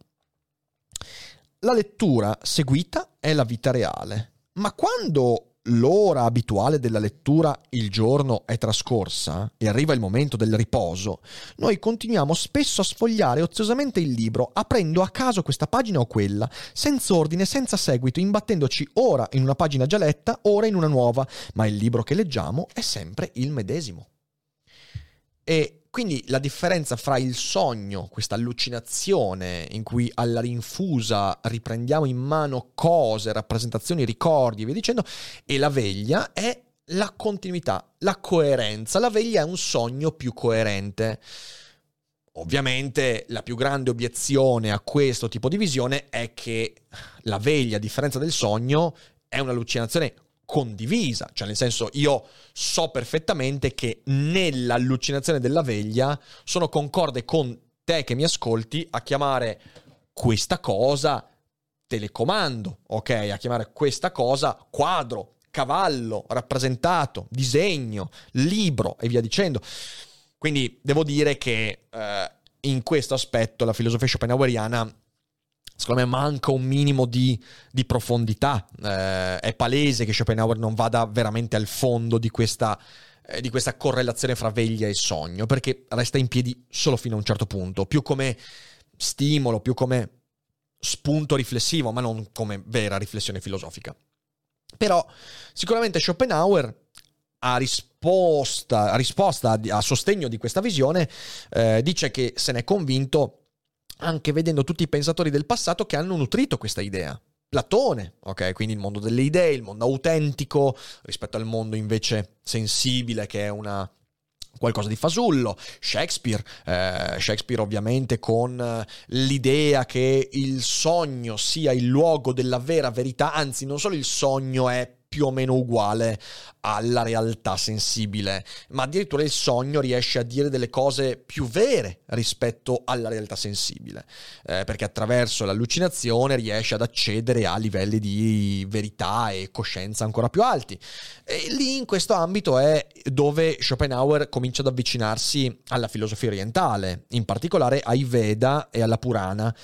La lettura seguita è la vita reale, ma quando l'ora abituale della lettura, il giorno, è trascorsa e arriva il momento del riposo, noi continuiamo spesso a sfogliare oziosamente il libro, aprendo a caso questa pagina o quella, senza ordine, senza seguito, imbattendoci ora in una pagina già letta, ora in una nuova, ma il libro che leggiamo è sempre il medesimo. E quindi la differenza fra il sogno, questa allucinazione in cui alla rinfusa riprendiamo in mano cose, rappresentazioni, ricordi e via dicendo, e la veglia è la continuità, la coerenza. La veglia è un sogno più coerente. Ovviamente la più grande obiezione a questo tipo di visione è che la veglia, a differenza del sogno, è un'allucinazione condivisa, cioè nel senso, io so perfettamente che nell'allucinazione della veglia sono concorde con te che mi ascolti a chiamare questa cosa telecomando, ok? A chiamare questa cosa quadro, cavallo, rappresentato, disegno, libro e via dicendo. Quindi devo dire che eh, in questo aspetto la filosofia schopenhaueriana, secondo me, manca un minimo di, di profondità. Eh, è palese che Schopenhauer non vada veramente al fondo di questa, eh, di questa correlazione fra veglia e sogno, perché resta in piedi solo fino a un certo punto, più come stimolo, più come spunto riflessivo, ma non come vera riflessione filosofica. Però sicuramente Schopenhauer a risposta, a, risposta, a, a sostegno di questa visione, eh, dice che se n'è convinto anche vedendo tutti i pensatori del passato che hanno nutrito questa idea. Platone, ok? Quindi il mondo delle idee, il mondo autentico, rispetto al mondo invece sensibile, che è una qualcosa di fasullo. Shakespeare, eh, Shakespeare ovviamente con l'idea che il sogno sia il luogo della vera verità, anzi non solo il sogno è più o meno uguale alla realtà sensibile, ma addirittura il sogno riesce a dire delle cose più vere rispetto alla realtà sensibile, eh, perché attraverso l'allucinazione riesce ad accedere a livelli di verità e coscienza ancora più alti. E lì, in questo ambito, è dove Schopenhauer comincia ad avvicinarsi alla filosofia orientale, in particolare ai Veda e alla Purana,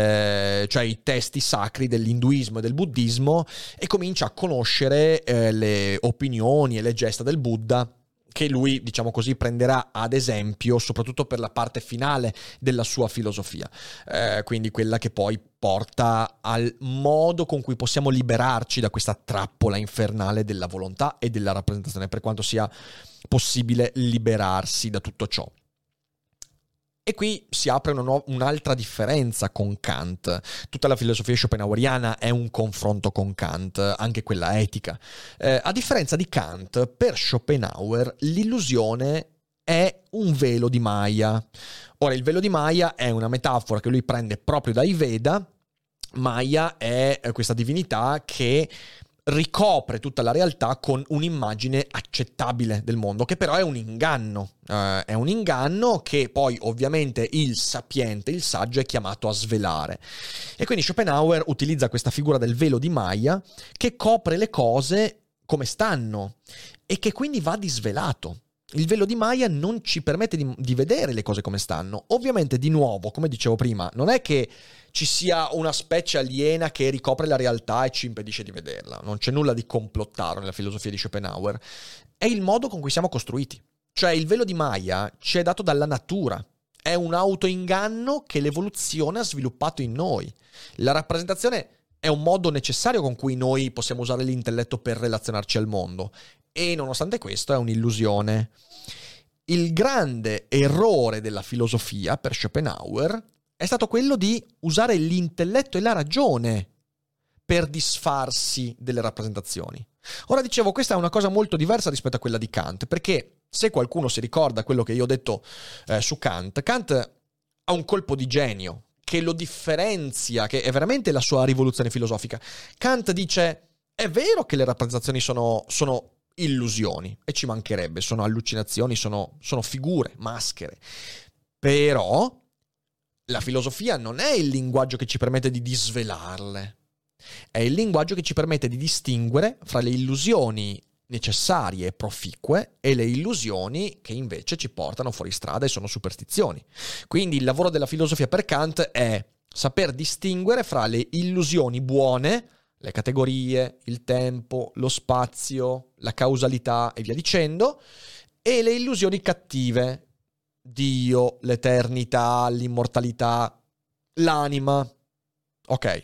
eh, cioè i testi sacri dell'induismo e del buddismo, e comincia a conoscere eh, le opinioni e le gesta del Buddha, che lui, diciamo così, prenderà ad esempio soprattutto per la parte finale della sua filosofia, eh, quindi quella che poi porta al modo con cui possiamo liberarci da questa trappola infernale della volontà e della rappresentazione, per quanto sia possibile liberarsi da tutto ciò. E qui si apre una nu- un'altra differenza con Kant. Tutta la filosofia schopenhaueriana è un confronto con Kant, anche quella etica. Eh, a differenza di Kant, per Schopenhauer l'illusione è un velo di Maya. Ora, il velo di Maya è una metafora che lui prende proprio dai Veda. Maya è questa divinità che ricopre tutta la realtà con un'immagine accettabile del mondo, che però è un inganno. Uh, è un inganno che poi ovviamente il sapiente, il saggio, è chiamato a svelare. E quindi Schopenhauer utilizza questa figura del velo di Maya che copre le cose come stanno e che quindi va disvelato. Il velo di Maya non ci permette di, di vedere le cose come stanno. Ovviamente, di nuovo, come dicevo prima, non è che ci sia una specie aliena che ricopre la realtà e ci impedisce di vederla. Non c'è nulla di complottaro nella filosofia di Schopenhauer. È il modo con cui siamo costruiti. Cioè, il velo di Maya ci è dato dalla natura. È un autoinganno che l'evoluzione ha sviluppato in noi. La rappresentazione è un modo necessario con cui noi possiamo usare l'intelletto per relazionarci al mondo. E nonostante questo è un'illusione. Il grande errore della filosofia per Schopenhauer è stato quello di usare l'intelletto e la ragione per disfarsi delle rappresentazioni. Ora, dicevo, questa è una cosa molto diversa rispetto a quella di Kant, perché se qualcuno si ricorda quello che io ho detto eh, su Kant, Kant ha un colpo di genio che lo differenzia, che è veramente la sua rivoluzione filosofica. Kant dice: è vero che le rappresentazioni sono, sono illusioni, e ci mancherebbe, sono allucinazioni, sono, sono figure, maschere, però la filosofia non è il linguaggio che ci permette di disvelarle, è il linguaggio che ci permette di distinguere fra le illusioni necessarie e proficue e le illusioni che invece ci portano fuori strada e sono superstizioni. Quindi il lavoro della filosofia per Kant è saper distinguere fra le illusioni buone, le categorie, il tempo, lo spazio, la causalità e via dicendo, e le illusioni cattive, Dio, l'eternità, l'immortalità, l'anima. Ok.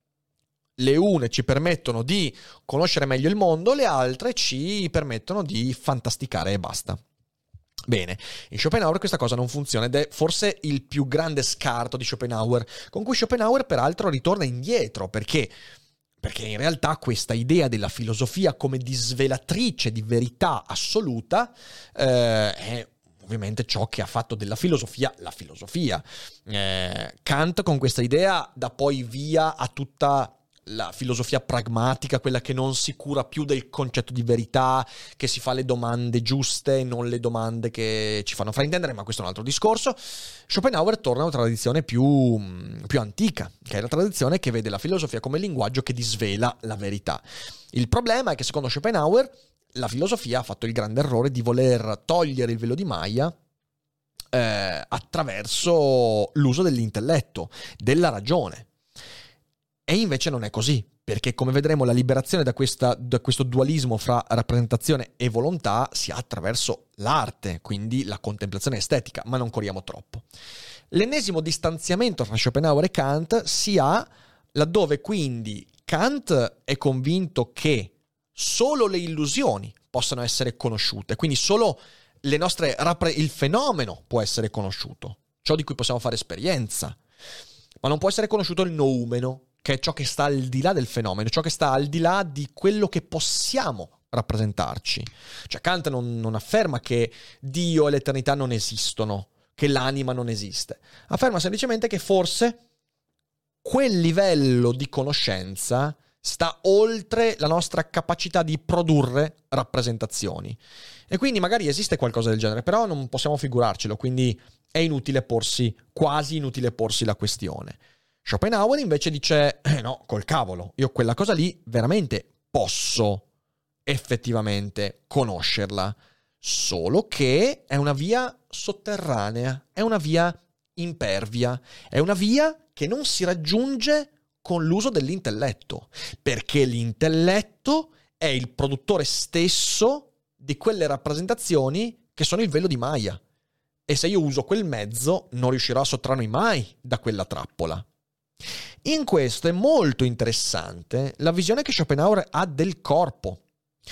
Le une ci permettono di conoscere meglio il mondo, le altre ci permettono di fantasticare e basta. Bene, in Schopenhauer questa cosa non funziona ed è forse il più grande scarto di Schopenhauer, con cui Schopenhauer peraltro ritorna indietro, perché perché in realtà questa idea della filosofia come disvelatrice di verità assoluta eh, è ovviamente ciò che ha fatto della filosofia la filosofia. Eh, Kant con questa idea dà poi via a tutta la filosofia pragmatica, quella che non si cura più del concetto di verità, che si fa le domande giuste e non le domande che ci fanno fraintendere, ma questo è un altro discorso. Schopenhauer torna a una tradizione più, più antica, che è la tradizione che vede la filosofia come linguaggio che disvela la verità. Il problema è che secondo Schopenhauer la filosofia ha fatto il grande errore di voler togliere il velo di Maya eh, attraverso l'uso dell'intelletto, della ragione. E invece non è così, perché come vedremo la liberazione da, questa, da questo dualismo fra rappresentazione e volontà si ha attraverso l'arte, quindi la contemplazione estetica, ma non corriamo troppo. L'ennesimo distanziamento tra Schopenhauer e Kant si ha laddove quindi Kant è convinto che solo le illusioni possano essere conosciute, quindi solo le nostre rappre- il fenomeno può essere conosciuto, ciò di cui possiamo fare esperienza, ma non può essere conosciuto il noumeno, che è ciò che sta al di là del fenomeno, ciò che sta al di là di quello che possiamo rappresentarci. Cioè Kant non, non afferma che Dio e l'eternità non esistono, che l'anima non esiste. Afferma semplicemente che forse quel livello di conoscenza sta oltre la nostra capacità di produrre rappresentazioni. E quindi magari esiste qualcosa del genere, però non possiamo figurarcelo, quindi è inutile porsi, quasi inutile porsi la questione. Schopenhauer invece dice, eh no, col cavolo, io quella cosa lì veramente posso effettivamente conoscerla, solo che è una via sotterranea, è una via impervia, è una via che non si raggiunge con l'uso dell'intelletto, perché l'intelletto è il produttore stesso di quelle rappresentazioni che sono il velo di Maya, e se io uso quel mezzo non riuscirò a sottrarmi mai da quella trappola. In questo è molto interessante la visione che Schopenhauer ha del corpo.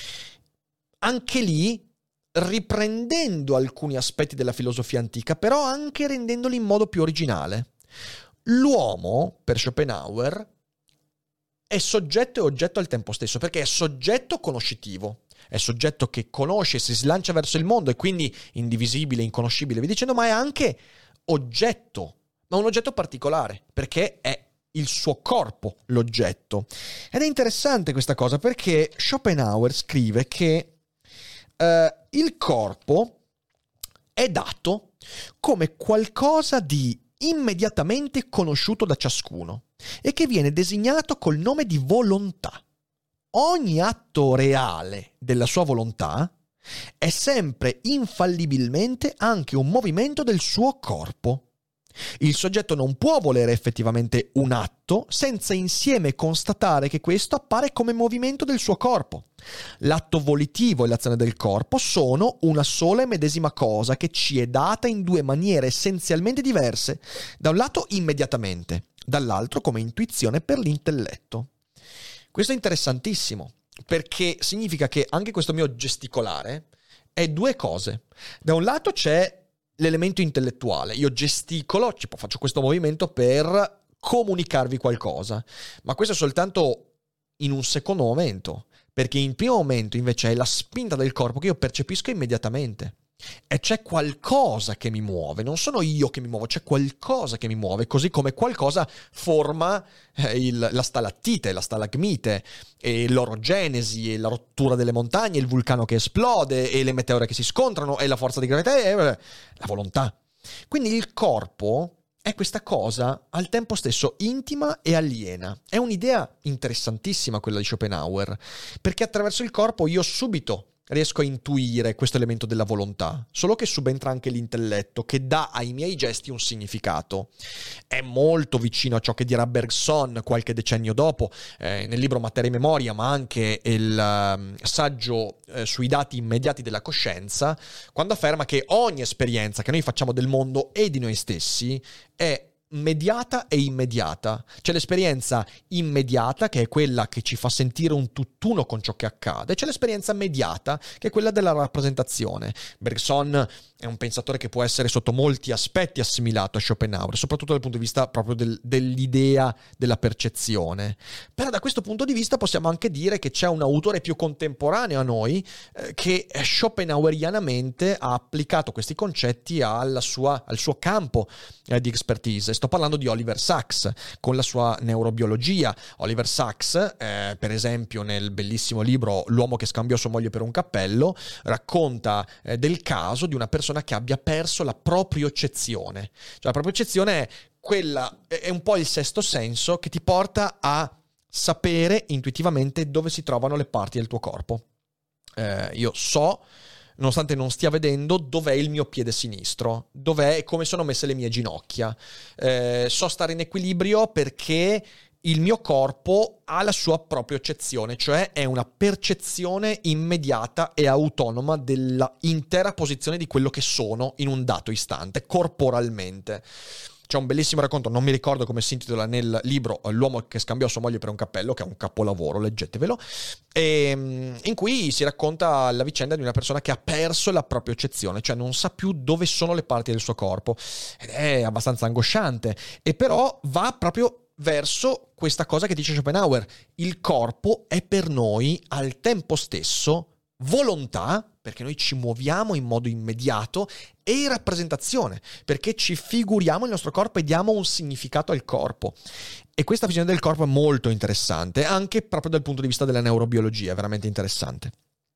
Anche lì riprendendo alcuni aspetti della filosofia antica, però anche rendendoli in modo più originale. L'uomo, per Schopenhauer, è soggetto e oggetto al tempo stesso, perché è soggetto conoscitivo, è soggetto che conosce, si slancia verso il mondo e quindi indivisibile, inconoscibile, vi dicendo, ma è anche oggetto, ma un oggetto particolare, perché è il suo corpo l'oggetto. Ed è interessante questa cosa perché Schopenhauer scrive che eh, il corpo è dato come qualcosa di immediatamente conosciuto da ciascuno e che viene designato col nome di volontà. Ogni atto reale della sua volontà è sempre infallibilmente anche un movimento del suo corpo. Il soggetto non può volere effettivamente un atto senza insieme constatare che questo appare come movimento del suo corpo. L'atto volitivo e l'azione del corpo sono una sola e medesima cosa che ci è data in due maniere essenzialmente diverse, da un lato immediatamente, dall'altro come intuizione per l'intelletto. Questo è interessantissimo, perché significa che anche questo mio gesticolare è due cose. Da un lato c'è l'elemento intellettuale, io gesticolo, faccio questo movimento per comunicarvi qualcosa, ma questo è soltanto in un secondo momento, perché in primo momento invece è la spinta del corpo che io percepisco immediatamente. E c'è qualcosa che mi muove, non sono io che mi muovo, c'è qualcosa che mi muove, così come qualcosa forma eh, il, la stalattite, la stalagmite, e l'orogenesi, e la rottura delle montagne, il vulcano che esplode, e le meteore che si scontrano, e la forza di gravità, e eh, la volontà. Quindi il corpo è è questa cosa al tempo stesso intima e aliena. È un'idea interessantissima quella di Schopenhauer, perché attraverso il corpo io subito riesco a intuire questo elemento della volontà, solo che subentra anche l'intelletto, che dà ai miei gesti un significato. È molto vicino a ciò che dirà Bergson qualche decennio dopo, eh, nel libro Materia e Memoria, ma anche il uh, saggio eh, sui dati immediati della coscienza, quando afferma che ogni esperienza che noi facciamo del mondo e di noi stessi è mediata e immediata. C'è l'esperienza immediata, che è quella che ci fa sentire un tutt'uno con ciò che accade, c'è l'esperienza mediata, che è quella della rappresentazione. Bergson è un pensatore che può essere sotto molti aspetti assimilato a Schopenhauer, soprattutto dal punto di vista proprio del, dell'idea della percezione. Però da questo punto di vista possiamo anche dire che c'è un autore più contemporaneo a noi eh, che schopenhauerianamente ha applicato questi concetti alla sua, al suo campo eh, di expertise. Sto parlando di Oliver Sacks con la sua neurobiologia. Oliver Sacks, eh, per esempio, nel bellissimo libro L'uomo che scambiò sua moglie per un cappello, racconta eh, del caso di una persona che abbia perso la propriocezione. Cioè, la propriocezione è quella, è un po' il sesto senso che ti porta a sapere intuitivamente dove si trovano le parti del tuo corpo. Eh, io so, nonostante non stia vedendo, dov'è il mio piede sinistro, dov'è e come sono messe le mie ginocchia. Eh, so stare in equilibrio perché il mio corpo ha la sua propriocezione, cioè è una percezione immediata e autonoma della intera posizione di quello che sono in un dato istante, corporalmente. C'è un bellissimo racconto, non mi ricordo come si intitola nel libro, L'uomo che scambiò sua moglie per un cappello, che è un capolavoro, leggetevelo, e, in cui si racconta la vicenda di una persona che ha perso la propriocezione, cioè non sa più dove sono le parti del suo corpo, ed è abbastanza angosciante, e però va proprio verso questa cosa che dice Schopenhauer: il corpo è per noi al tempo stesso volontà, perché noi ci muoviamo in modo immediato, e rappresentazione, perché ci figuriamo il nostro corpo e diamo un significato al corpo. E questa visione del corpo è molto interessante, anche proprio dal punto di vista della neurobiologia, è veramente interessante.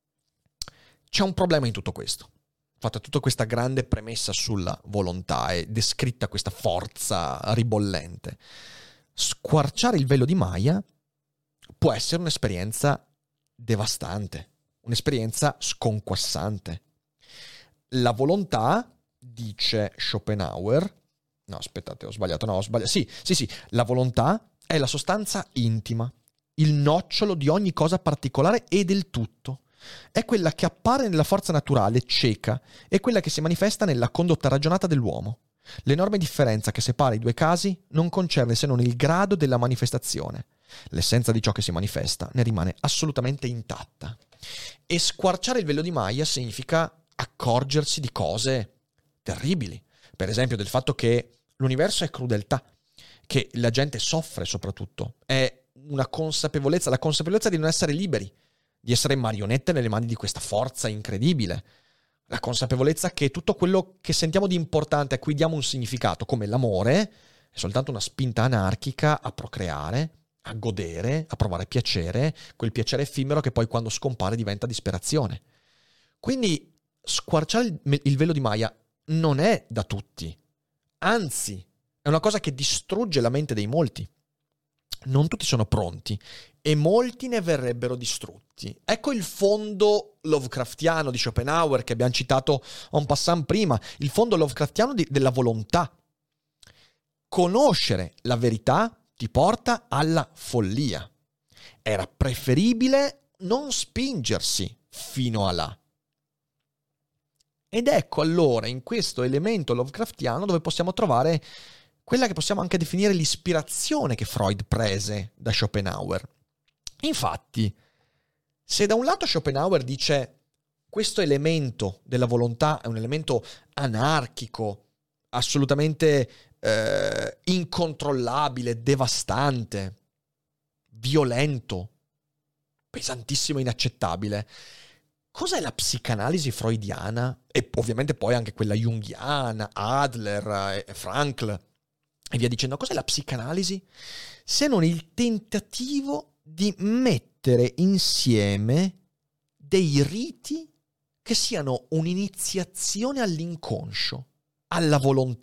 C'è un problema in tutto questo. Fatta tutta questa grande premessa sulla volontà e descritta questa forza ribollente, squarciare il velo di Maya può essere un'esperienza devastante, un'esperienza sconquassante. La volontà, dice Schopenhauer, no aspettate ho sbagliato, no ho sbagliato, sì, sì, sì, la volontà è la sostanza intima, il nocciolo di ogni cosa particolare e del tutto. È quella che appare nella forza naturale cieca, è quella che si manifesta nella condotta ragionata dell'uomo. L'enorme differenza che separa i due casi non concerne se non il grado della manifestazione. L'essenza di ciò che si manifesta ne rimane assolutamente intatta. E squarciare il velo di Maya significa accorgersi di cose terribili. Per esempio del fatto che l'universo è crudeltà, che la gente soffre soprattutto. È una consapevolezza, la consapevolezza di non essere liberi, di essere marionette nelle mani di questa forza incredibile. La consapevolezza che tutto quello che sentiamo di importante, a cui diamo un significato, come l'amore, è soltanto una spinta anarchica a procreare, a godere, a provare piacere, quel piacere effimero che poi quando scompare diventa disperazione. Quindi squarciare il velo di Maya non è da tutti, anzi è una cosa che distrugge la mente dei molti. Non tutti sono pronti e molti ne verrebbero distrutti. Ecco il fondo Lovecraftiano di Schopenhauer che abbiamo citato en passant prima, il fondo Lovecraftiano di, della volontà. Conoscere la verità ti porta alla follia. Era preferibile non spingersi fino a là. Ed ecco allora in questo elemento Lovecraftiano dove possiamo trovare quella che possiamo anche definire l'ispirazione che Freud prese da Schopenhauer. Infatti, se da un lato Schopenhauer dice questo elemento della volontà è un elemento anarchico, assolutamente eh, incontrollabile, devastante, violento, pesantissimo e inaccettabile, cos'è la psicanalisi freudiana? E ovviamente poi anche quella junghiana, Adler e Frankl, e via dicendo. Cos'è la psicanalisi? Se non il tentativo di mettere insieme dei riti che siano un'iniziazione all'inconscio, alla volontà.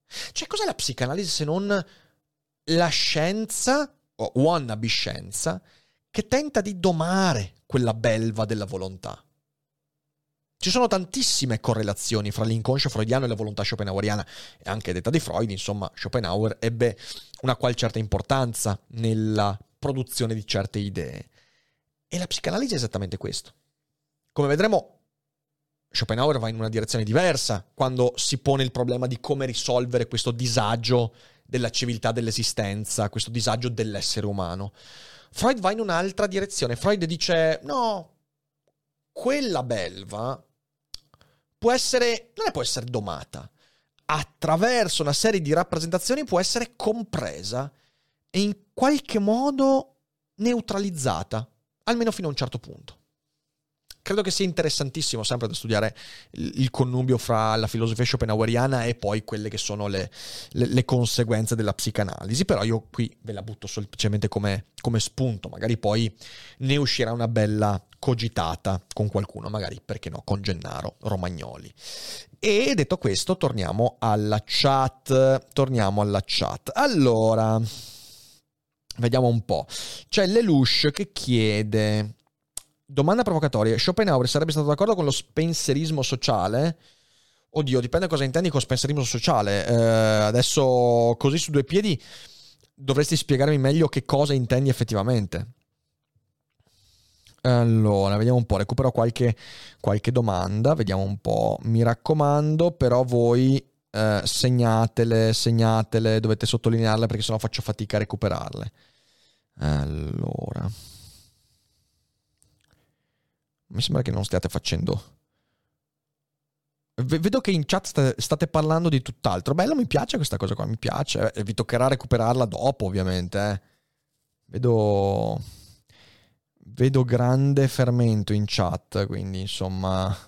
Cioè, cos'è la psicanalisi se non la scienza, o wannabe scienza, che tenta di domare quella belva della volontà? Ci sono tantissime correlazioni fra l'inconscio freudiano e la volontà schopenhaueriana, e anche detta di Freud, insomma, Schopenhauer ebbe una qual certa importanza nella produzione di certe idee. E la psicanalisi è esattamente questo. Come vedremo, Schopenhauer va in una direzione diversa quando si pone il problema di come risolvere questo disagio della civiltà dell'esistenza, questo disagio dell'essere umano. Freud va in un'altra direzione. Freud dice, no, quella belva può essere, non è può essere domata, attraverso una serie di rappresentazioni può essere compresa e in qualche modo neutralizzata, almeno fino a un certo punto. Credo che sia interessantissimo sempre da studiare il connubio fra la filosofia schopenhaueriana e poi quelle che sono le, le, le conseguenze della psicanalisi, però io qui ve la butto semplicemente come, come spunto, magari poi ne uscirà una bella cogitata con qualcuno, magari, perché no, con Gennaro Romagnoli. E detto questo, torniamo alla chat, torniamo alla chat. Allora, vediamo un po'. C'è Lelouch che chiede... Domanda provocatoria. Schopenhauer sarebbe stato d'accordo con lo spenserismo sociale? Oddio, dipende cosa intendi con spenserismo sociale. Eh, adesso, così su due piedi, dovresti spiegarmi meglio che cosa intendi effettivamente. Allora, vediamo un po'. Recupero qualche, qualche domanda. Vediamo un po'. Mi raccomando, però voi eh, segnatele, segnatele, dovete sottolinearle perché sennò faccio fatica a recuperarle. Allora... Mi sembra che non stiate facendo... V- vedo che in chat st- state parlando di tutt'altro. Bello, mi piace questa cosa qua, mi piace. Eh, vi toccherà recuperarla dopo, ovviamente. Eh. Vedo... Vedo grande fermento in chat, quindi insomma...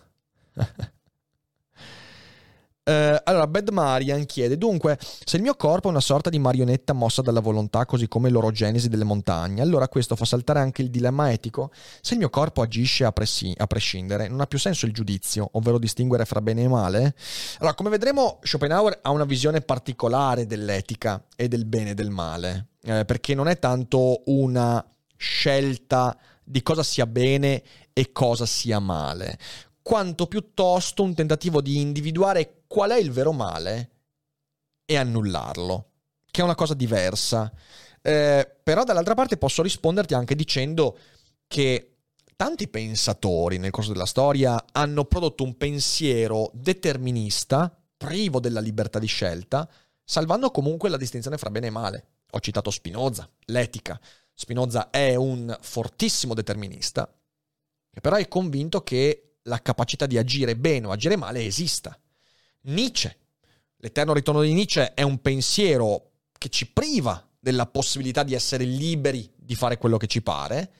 Uh, allora, Bad Marian chiede, dunque, se il mio corpo è una sorta di marionetta mossa dalla volontà, così come l'orogenesi delle montagne, allora questo fa saltare anche il dilemma etico? Se il mio corpo agisce a, presi- a prescindere, non ha più senso il giudizio, ovvero distinguere fra bene e male? Allora, come vedremo, Schopenhauer ha una visione particolare dell'etica e del bene e del male, eh, perché non è tanto una scelta di cosa sia bene e cosa sia male, quanto piuttosto un tentativo di individuare qual è il vero male e annullarlo, che è una cosa diversa. Eh, però dall'altra parte posso risponderti anche dicendo che tanti pensatori nel corso della storia hanno prodotto un pensiero determinista, privo della libertà di scelta, salvando comunque la distinzione fra bene e male. Ho citato Spinoza, l'etica. Spinoza è un fortissimo determinista, che però è convinto che la capacità di agire bene o agire male esista. Nietzsche, l'eterno ritorno di Nietzsche è un pensiero che ci priva della possibilità di essere liberi di fare quello che ci pare,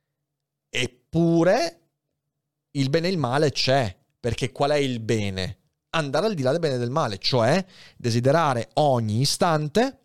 eppure il bene e il male c'è, perché qual è il bene? Andare al di là del bene e del male, cioè desiderare ogni istante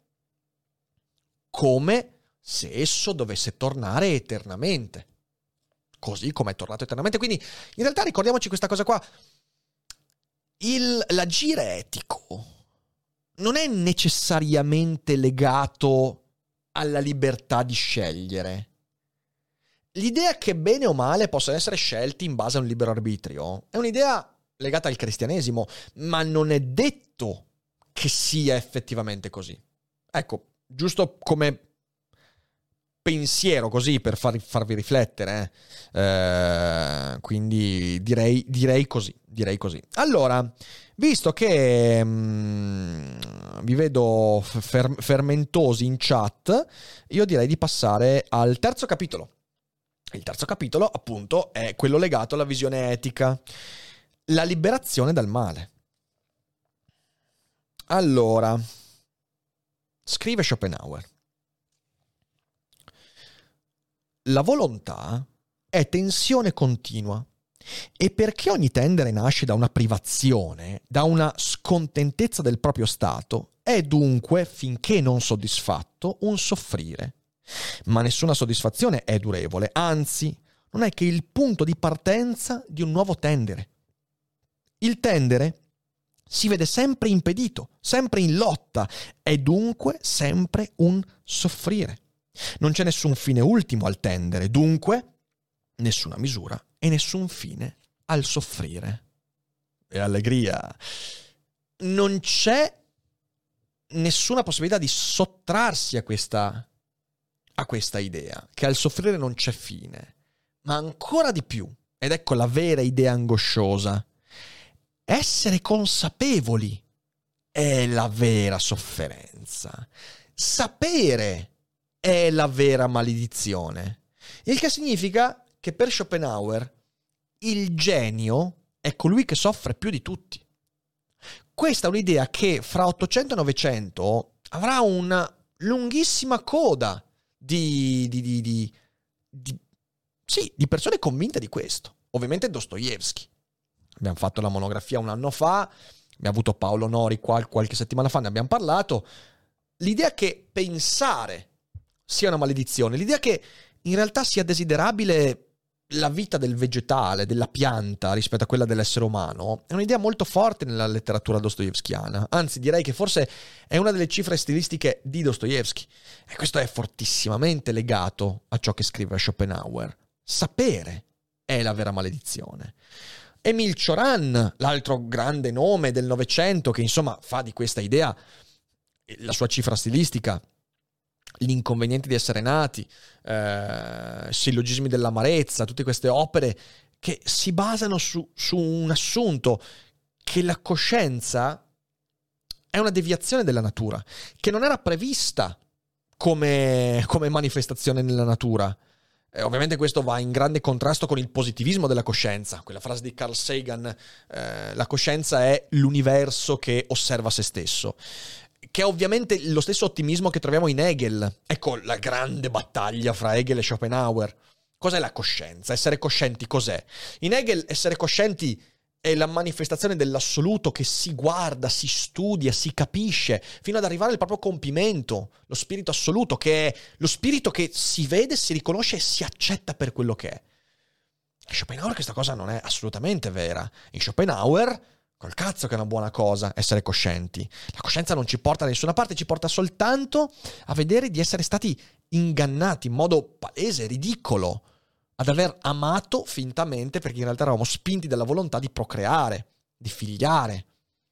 come se esso dovesse tornare eternamente, così come è tornato eternamente. Quindi in realtà ricordiamoci questa cosa qua. Il, l'agire etico non è necessariamente legato alla libertà di scegliere. L'idea che bene o male possano essere scelti in base a un libero arbitrio è un'idea legata al cristianesimo, ma non è detto che sia effettivamente così. Ecco, giusto come pensiero così per far, farvi riflettere, eh? Eh, quindi direi, direi così, direi così. Allora, visto che mh, vi vedo fer- fermentosi in chat, io direi di passare al terzo capitolo. Il terzo capitolo, appunto, è quello legato alla visione etica, la liberazione dal male. Allora, scrive Schopenhauer: la volontà è tensione continua e perché ogni tendere nasce da una privazione, da una scontentezza del proprio stato, è dunque, finché non soddisfatto, un soffrire. Ma nessuna soddisfazione è durevole, anzi, non è che il punto di partenza di un nuovo tendere. Il tendere si vede sempre impedito, sempre in lotta, è dunque sempre un soffrire. Non c'è nessun fine ultimo al tendere, dunque nessuna misura e nessun fine al soffrire. E allegria. Non c'è nessuna possibilità di sottrarsi a questa, a questa idea, che al soffrire non c'è fine, ma ancora di più, ed ecco la vera idea angosciosa, essere consapevoli è la vera sofferenza. Sapere è la vera maledizione. Il che significa che per Schopenhauer il genio è colui che soffre più di tutti. Questa è un'idea che fra ottocento e novecento avrà una lunghissima coda di, di, di, di, di, sì, di persone convinte di questo. Ovviamente Dostoevskij. Abbiamo fatto la monografia un anno fa, abbiamo avuto Paolo Nori qual- qualche settimana fa, ne abbiamo parlato. L'idea che pensare sia una maledizione, l'idea che in realtà sia desiderabile la vita del vegetale, della pianta rispetto a quella dell'essere umano, è un'idea molto forte nella letteratura dostoevskiana. Anzi, direi che forse è una delle cifre stilistiche di Dostoevskij. E questo è fortissimamente legato a ciò che scrive Schopenhauer. Sapere è la vera maledizione. Émile Cioran, l'altro grande nome del Novecento, che insomma fa di questa idea la sua cifra stilistica, L'inconveniente di essere nati, eh, Sillogismi dell'amarezza, tutte queste opere che si basano su, su un assunto, che la coscienza è una deviazione della natura, che non era prevista come, come manifestazione nella natura. Eh, ovviamente questo va in grande contrasto con il positivismo della coscienza, quella frase di Carl Sagan, eh, la coscienza è l'universo che osserva se stesso, che è ovviamente lo stesso ottimismo che troviamo in Hegel. Ecco la grande battaglia fra Hegel e Schopenhauer. Cos'è la coscienza? Essere coscienti cos'è? In Hegel essere coscienti è la manifestazione dell'assoluto che si guarda, si studia, si capisce, fino ad arrivare al proprio compimento, lo spirito assoluto, che è lo spirito che si vede, si riconosce e si accetta per quello che è. In Schopenhauer questa cosa non è assolutamente vera. In Schopenhauer, col cazzo che è una buona cosa essere coscienti. La coscienza non ci porta da nessuna parte, ci porta soltanto a vedere di essere stati ingannati in modo palese, ridicolo, ad aver amato fintamente, perché in realtà eravamo spinti dalla volontà di procreare, di figliare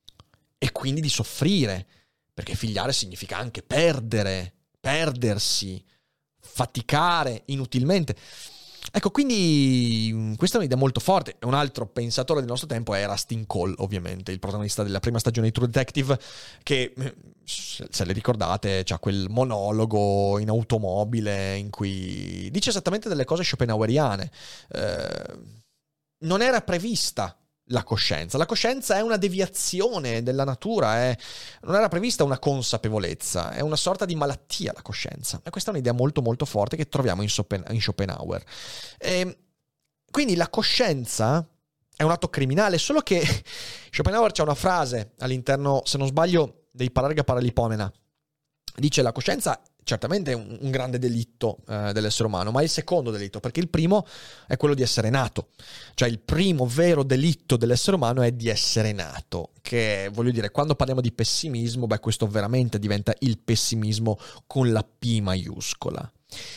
e quindi di soffrire, perché figliare significa anche perdere, perdersi, faticare inutilmente. Ecco, quindi questa è un'idea molto forte. Un altro pensatore del nostro tempo è Rustin Cole, ovviamente, il protagonista della prima stagione di True Detective, che, se le ricordate, c'ha quel monologo in automobile in cui dice esattamente delle cose schopenhaueriane. Eh, non era prevista la coscienza. La coscienza è una deviazione della natura, è... non era prevista una consapevolezza, è una sorta di malattia la coscienza. E questa è un'idea molto molto forte che troviamo in, Schopen... in Schopenhauer. E quindi la coscienza è un atto criminale, solo che Schopenhauer c'è una frase all'interno, se non sbaglio, dei Pararga Paralipomena. Dice: la coscienza certamente è un, un grande delitto eh, dell'essere umano, ma è il secondo delitto, perché il primo è quello di essere nato. Cioè il primo vero delitto dell'essere umano è di essere nato, che voglio dire, quando parliamo di pessimismo, beh, questo veramente diventa il pessimismo con la P maiuscola.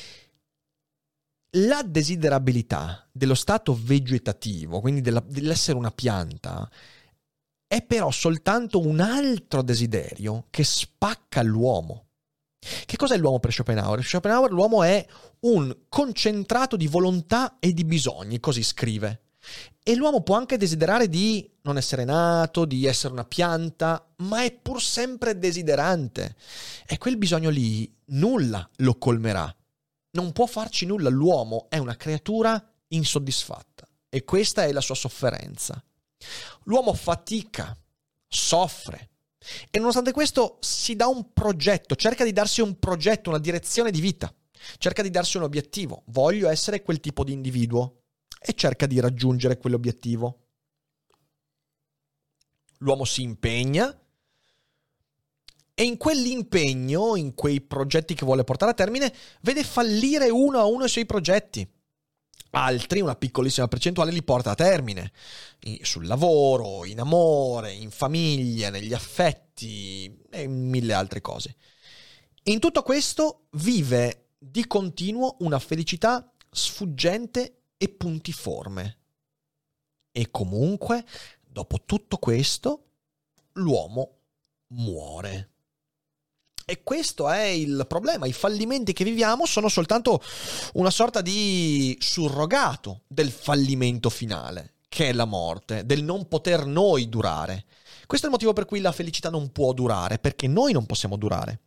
La desiderabilità dello stato vegetativo, quindi della, dell'essere una pianta, è però soltanto un altro desiderio che spacca l'uomo. Che cos'è l'uomo per Schopenhauer? Per Schopenhauer l'uomo è un concentrato di volontà e di bisogni, così scrive. E l'uomo può anche desiderare di non essere nato, di essere una pianta, ma è pur sempre desiderante. E quel bisogno lì nulla lo colmerà. Non può farci nulla. L'uomo è una creatura insoddisfatta e questa è la sua sofferenza. L'uomo fatica, soffre. E nonostante questo si dà un progetto, cerca di darsi un progetto, una direzione di vita, cerca di darsi un obiettivo. Voglio essere quel tipo di individuo e cerca di raggiungere quell'obiettivo. L'uomo si impegna e in quell'impegno, in quei progetti che vuole portare a termine, vede fallire uno a uno i suoi progetti. altri, una piccolissima percentuale, li porta a termine. Sul lavoro, in amore, in famiglia, negli affetti e mille altre cose. In tutto questo vive di continuo una felicità sfuggente e puntiforme. E comunque, dopo tutto questo, l'uomo muore. E questo è il problema. I fallimenti che viviamo sono soltanto una sorta di surrogato del fallimento finale, che è la morte, del non poter noi durare. Questo è il motivo per cui la felicità non può durare, perché noi non possiamo durare.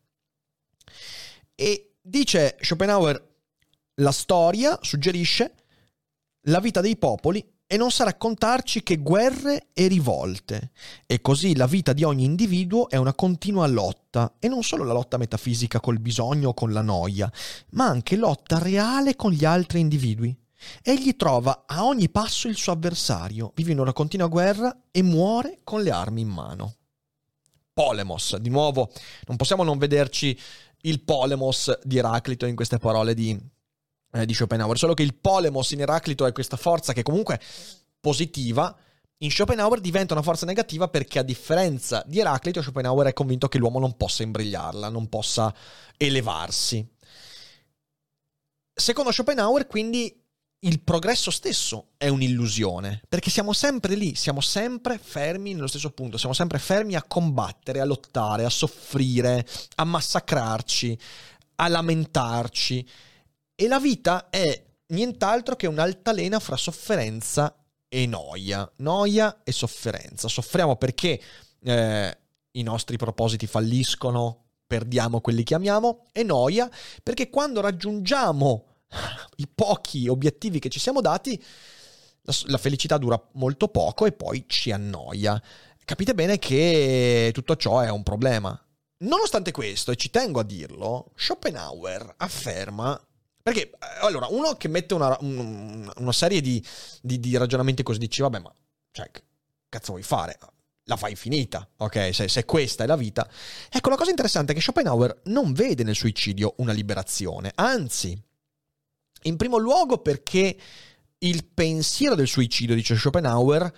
E dice Schopenhauer, la storia suggerisce la vita dei popoli e non sa raccontarci che guerre e rivolte. E così la vita di ogni individuo è una continua lotta, e non solo la lotta metafisica col bisogno o con la noia, ma anche lotta reale con gli altri individui. Egli trova a ogni passo il suo avversario, vive in una continua guerra e muore con le armi in mano. Polemos, di nuovo, non possiamo non vederci il polemos di Eraclito in queste parole di... Eh, di Schopenhauer, solo che il polemos in Eraclito è questa forza che comunque positiva, in Schopenhauer diventa una forza negativa perché a differenza di Eraclito Schopenhauer è convinto che l'uomo non possa imbrigliarla, non possa elevarsi. Secondo Schopenhauer quindi il progresso stesso è un'illusione, perché siamo sempre lì, siamo sempre fermi nello stesso punto, siamo sempre fermi a combattere, a lottare, a soffrire, a massacrarci, a lamentarci. E la vita è nient'altro che un'altalena fra sofferenza e noia. Noia e sofferenza. Soffriamo perché eh, i nostri propositi falliscono, perdiamo quelli che amiamo, e noia perché quando raggiungiamo i pochi obiettivi che ci siamo dati, la, la felicità dura molto poco e poi ci annoia. Capite bene che tutto ciò è un problema. Nonostante questo, e ci tengo a dirlo, Schopenhauer afferma... Perché, allora, uno che mette una, una serie di, di, di ragionamenti così dice, vabbè, ma cioè, che cazzo vuoi fare? La fai finita, ok? Se, se questa è la vita. Ecco, la cosa interessante è che Schopenhauer non vede nel suicidio una liberazione, anzi, in primo luogo perché il pensiero del suicidio, dice Schopenhauer,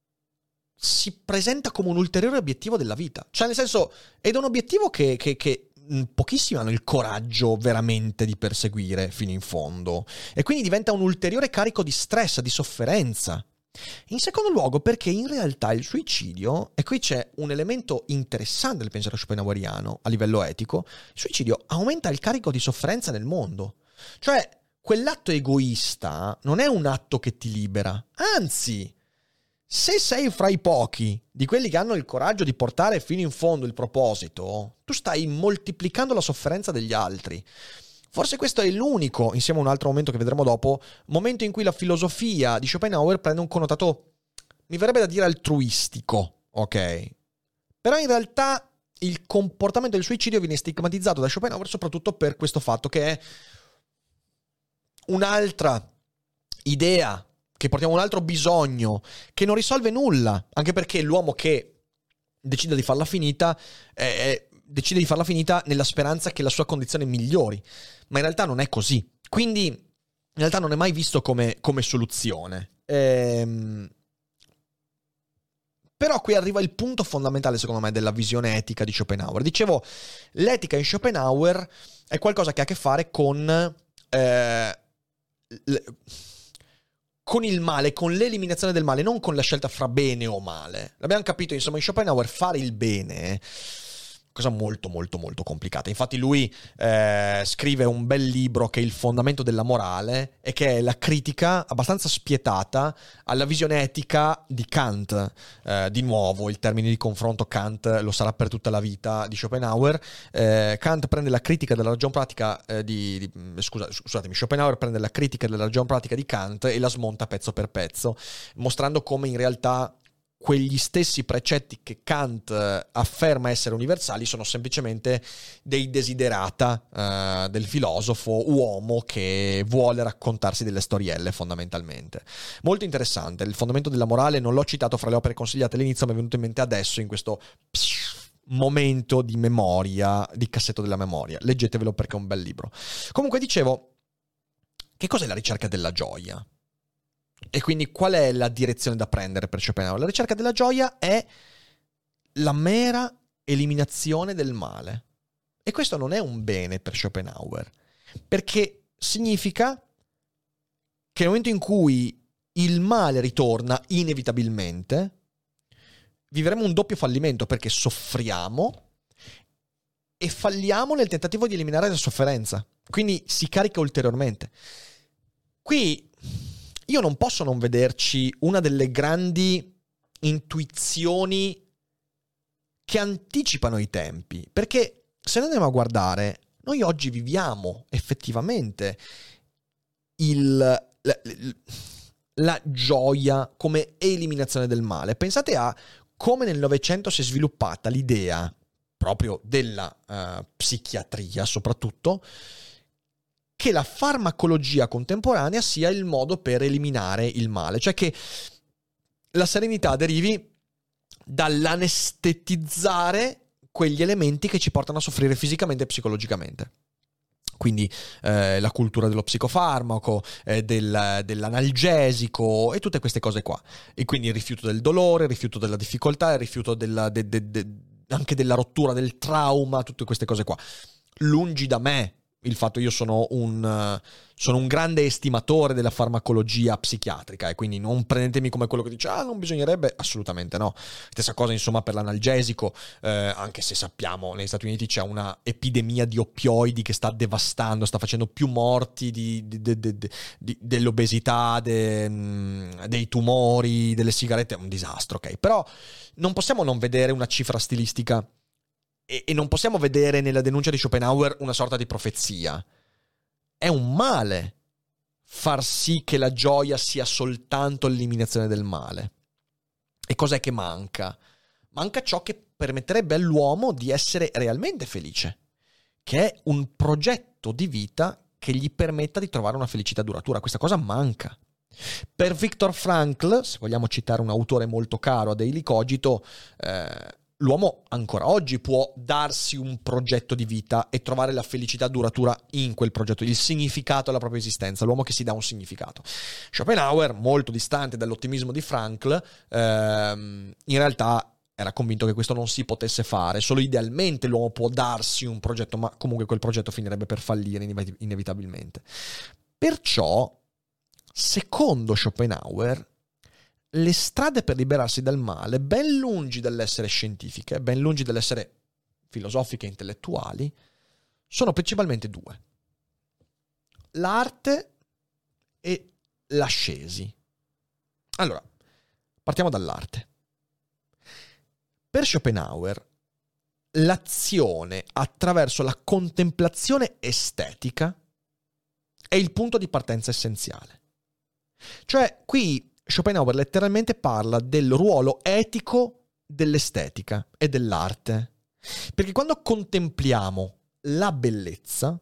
si presenta come un ulteriore obiettivo della vita. Cioè, nel senso, ed è un obiettivo che... che, che pochissimi hanno il coraggio veramente di perseguire fino in fondo, e quindi diventa un ulteriore carico di stress, di sofferenza. In secondo luogo perché in realtà il suicidio, e qui c'è un elemento interessante del pensiero schopenhaueriano a livello etico, il suicidio aumenta il carico di sofferenza nel mondo. Cioè, quell'atto egoista non è un atto che ti libera, anzi, se sei fra i pochi di quelli che hanno il coraggio di portare fino in fondo il proposito, tu stai moltiplicando la sofferenza degli altri. Forse questo è l'unico, insieme a un altro momento che vedremo dopo, momento in cui la filosofia di Schopenhauer prende un connotato, mi verrebbe da dire, altruistico, ok? Però in realtà il comportamento del suicidio viene stigmatizzato da Schopenhauer soprattutto per questo fatto che è un'altra idea, che portiamo un altro bisogno, che non risolve nulla, anche perché l'uomo che decide di farla finita eh, decide di farla finita nella speranza che la sua condizione migliori, ma in realtà non è così, quindi in realtà non è mai visto come, come soluzione. Ehm... Però qui arriva il punto fondamentale, secondo me, della visione etica di Schopenhauer. Dicevo, l'etica in Schopenhauer è qualcosa che ha a che fare con... Eh, l- con il male, con l'eliminazione del male, non con la scelta fra bene o male. L'abbiamo capito, insomma, in Schopenhauer fare il bene, cosa molto molto molto complicata. Infatti lui eh, scrive un bel libro che è Il fondamento della morale, e che è la critica abbastanza spietata alla visione etica di Kant. Eh, di nuovo il termine di confronto Kant lo sarà per tutta la vita di Schopenhauer. Eh, Kant prende la critica della ragion pratica eh, di, di scusa, scusatemi, Schopenhauer prende la critica della ragion pratica di Kant e la smonta pezzo per pezzo, mostrando come in realtà quegli stessi precetti che Kant eh, afferma essere universali sono semplicemente dei desiderata eh, del filosofo uomo che vuole raccontarsi delle storielle, fondamentalmente. Molto interessante. Il fondamento della morale non l'ho citato fra le opere consigliate all'inizio, ma è venuto in mente adesso, in questo momento di memoria, di cassetto della memoria. Leggetevelo perché è un bel libro. Comunque, dicevo, che cos'è la ricerca della gioia? E quindi qual è la direzione da prendere per Schopenhauer? La ricerca della gioia è la mera eliminazione del male. E questo non è un bene per Schopenhauer, perché significa che nel momento in cui il male ritorna inevitabilmente, vivremo un doppio fallimento, perché soffriamo e falliamo nel tentativo di eliminare la sofferenza. Quindi si carica ulteriormente. Qui io non posso non vederci una delle grandi intuizioni che anticipano i tempi, perché se noi andiamo a guardare, noi oggi viviamo effettivamente il, la, la gioia come eliminazione del male. Pensate a come nel Novecento si è sviluppata l'idea proprio della uh, psichiatria, soprattutto, che la farmacologia contemporanea sia il modo per eliminare il male, cioè che la serenità derivi dall'anestetizzare quegli elementi che ci portano a soffrire fisicamente e psicologicamente. Quindi eh, la cultura dello psicofarmaco, eh, del, dell'analgesico e tutte queste cose qua. E quindi il rifiuto del dolore, il rifiuto della difficoltà, il rifiuto della, de, de, de, anche della rottura, del trauma, tutte queste cose qua. Lungi da me il fatto, io sono un, uh, sono un grande estimatore della farmacologia psichiatrica, e quindi non prendetemi come quello che dice ah non bisognerebbe, assolutamente no. Stessa cosa insomma per l'analgesico, eh, anche se sappiamo negli Stati Uniti c'è una epidemia di oppioidi che sta devastando, sta facendo più morti di, di, di, di, di, dell'obesità, de, dei tumori, delle sigarette, è un disastro, ok? Però non possiamo non vedere una cifra stilistica e non possiamo vedere nella denuncia di Schopenhauer una sorta di profezia. È un male far sì che la gioia sia soltanto l'eliminazione del male. E cos'è che manca? Manca ciò che permetterebbe all'uomo di essere realmente felice, che è un progetto di vita che gli permetta di trovare una felicità duratura. Questa cosa manca. Per Viktor Frankl, se vogliamo citare un autore molto caro a Daily Cogito, eh, l'uomo ancora oggi può darsi un progetto di vita e trovare la felicità duratura in quel progetto, il significato alla propria esistenza, l'uomo che si dà un significato. Schopenhauer, molto distante dall'ottimismo di Frankl, ehm, in realtà era convinto che questo non si potesse fare, solo idealmente l'uomo può darsi un progetto, ma comunque quel progetto finirebbe per fallire inevitabilmente. Perciò, secondo Schopenhauer, le strade per liberarsi dal male, ben lungi dall'essere scientifiche, ben lungi dall'essere filosofiche e intellettuali, sono principalmente due: l'arte e l'ascesi. Allora, partiamo dall'arte. Per Schopenhauer, l'azione attraverso la contemplazione estetica è il punto di partenza essenziale. Cioè, qui Schopenhauer letteralmente parla del ruolo etico dell'estetica e dell'arte. Perché quando contempliamo la bellezza,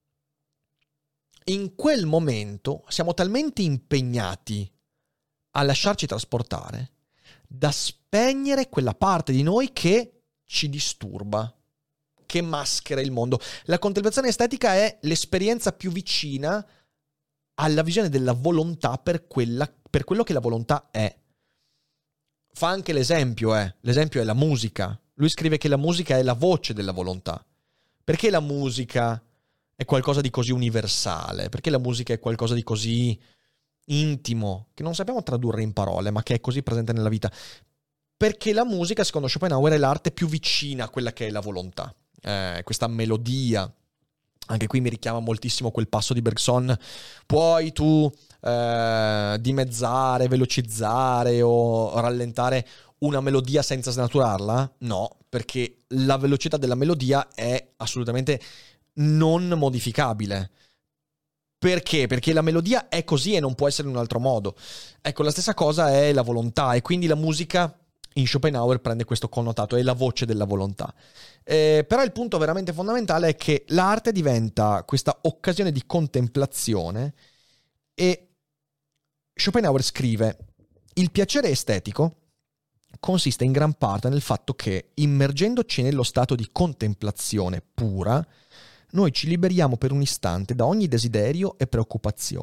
in quel momento siamo talmente impegnati a lasciarci trasportare da spegnere quella parte di noi che ci disturba, che maschera il mondo. La contemplazione estetica è l'esperienza più vicina alla visione della volontà per quella per quello che la volontà è. Fa anche l'esempio, eh. l'esempio è la musica. Lui scrive che la musica è la voce della volontà. Perché la musica è qualcosa di così universale? Perché la musica è qualcosa di così intimo, che non sappiamo tradurre in parole, ma che è così presente nella vita? Perché la musica, secondo Schopenhauer, è l'arte più vicina a quella che è la volontà. Eh, questa melodia. Anche qui mi richiama moltissimo quel passo di Bergson. Puoi tu eh, dimezzare, velocizzare o rallentare una melodia senza snaturarla? No, perché la velocità della melodia è assolutamente non modificabile. Perché? Perché la melodia è così e non può essere in un altro modo. Ecco, la stessa cosa è la volontà, e quindi la musica in Schopenhauer prende questo connotato, è la voce della volontà. Eh, però il punto veramente fondamentale è che l'arte diventa questa occasione di contemplazione, e Schopenhauer scrive: il piacere estetico consiste in gran parte nel fatto che, immergendoci nello stato di contemplazione pura, noi ci liberiamo per un istante da ogni desiderio e preoccupazione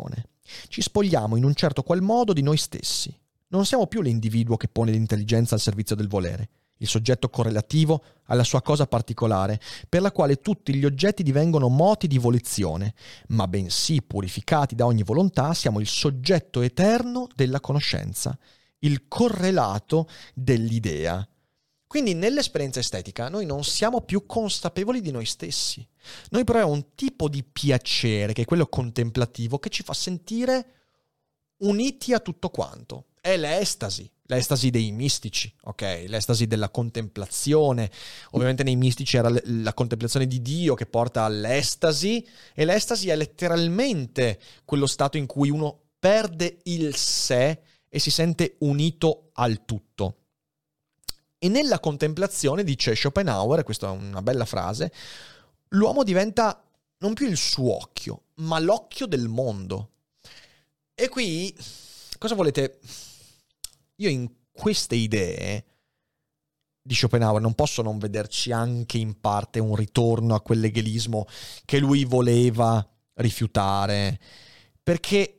Ci spogliamo in un certo qual modo di noi stessi. Non siamo più l'individuo che pone l'intelligenza al servizio del volere, il soggetto correlativo alla sua cosa particolare, per la quale tutti gli oggetti divengono moti di volizione, ma bensì purificati da ogni volontà siamo il soggetto eterno della conoscenza, il correlato dell'idea. Quindi nell'esperienza estetica noi non siamo più consapevoli di noi stessi. Noi proviamo un tipo di piacere, che è quello contemplativo, che ci fa sentire uniti a tutto quanto. È l'estasi, l'estasi dei mistici, ok? L'estasi della contemplazione. Ovviamente nei mistici era la contemplazione di Dio che porta all'estasi, e l'estasi è letteralmente quello stato in cui uno perde il sé e si sente unito al tutto. E nella contemplazione, dice Schopenhauer, questa è una bella frase, l'uomo diventa non più il suo occhio, ma l'occhio del mondo. E qui, cosa volete? Io in queste idee di Schopenhauer non posso non vederci anche in parte un ritorno a quell'egelismo che lui voleva rifiutare, perché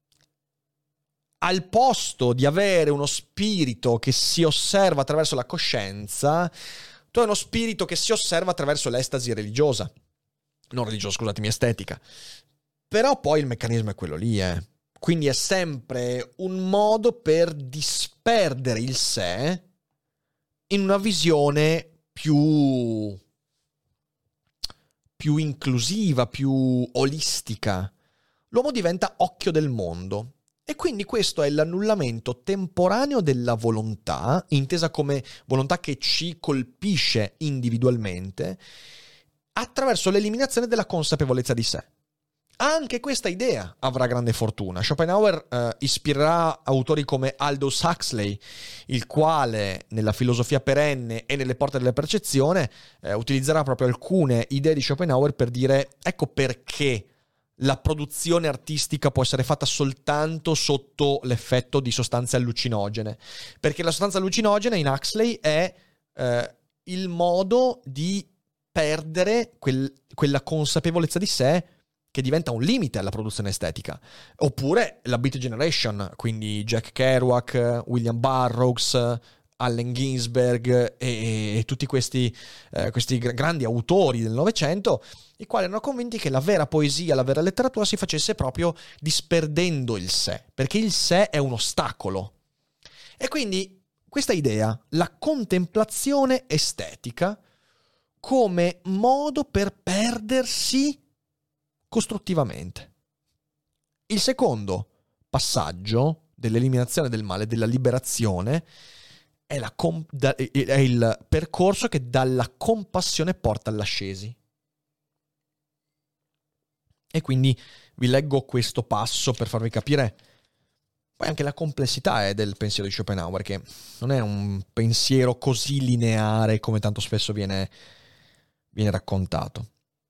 al posto di avere uno spirito che si osserva attraverso la coscienza, tu hai uno spirito che si osserva attraverso l'estasi religiosa. Non religiosa, scusatemi, estetica. Però poi il meccanismo è quello lì, eh. Quindi è sempre un modo per disperdere il sé in una visione più, più inclusiva, più olistica. L'uomo diventa occhio del mondo. E quindi questo è l'annullamento temporaneo della volontà, intesa come volontà che ci colpisce individualmente, attraverso l'eliminazione della consapevolezza di sé. Anche questa idea avrà grande fortuna. Schopenhauer eh, ispirerà autori come Aldous Huxley, il quale nella filosofia perenne e nelle porte della percezione eh, utilizzerà proprio alcune idee di Schopenhauer per dire ecco perché la produzione artistica può essere fatta soltanto sotto l'effetto di sostanze allucinogene. Perché la sostanza allucinogena in Huxley è eh, il modo di perdere quel, quella consapevolezza di sé che diventa un limite alla produzione estetica. Oppure la Beat Generation, quindi Jack Kerouac, William Burroughs, Allen Ginsberg e, e tutti questi, eh, questi grandi autori del Novecento, i quali erano convinti che la vera poesia, la vera letteratura si facesse proprio disperdendo il sé, perché il sé è un ostacolo. E quindi questa idea, la contemplazione estetica, come modo per perdersi costruttivamente. Il secondo passaggio dell'eliminazione del male, della liberazione, è, la com- da- è il percorso che dalla compassione porta all'ascesi. E quindi vi leggo questo passo per farvi capire poi anche la complessità eh, del pensiero di Schopenhauer, che non è un pensiero così lineare come tanto spesso viene, viene raccontato.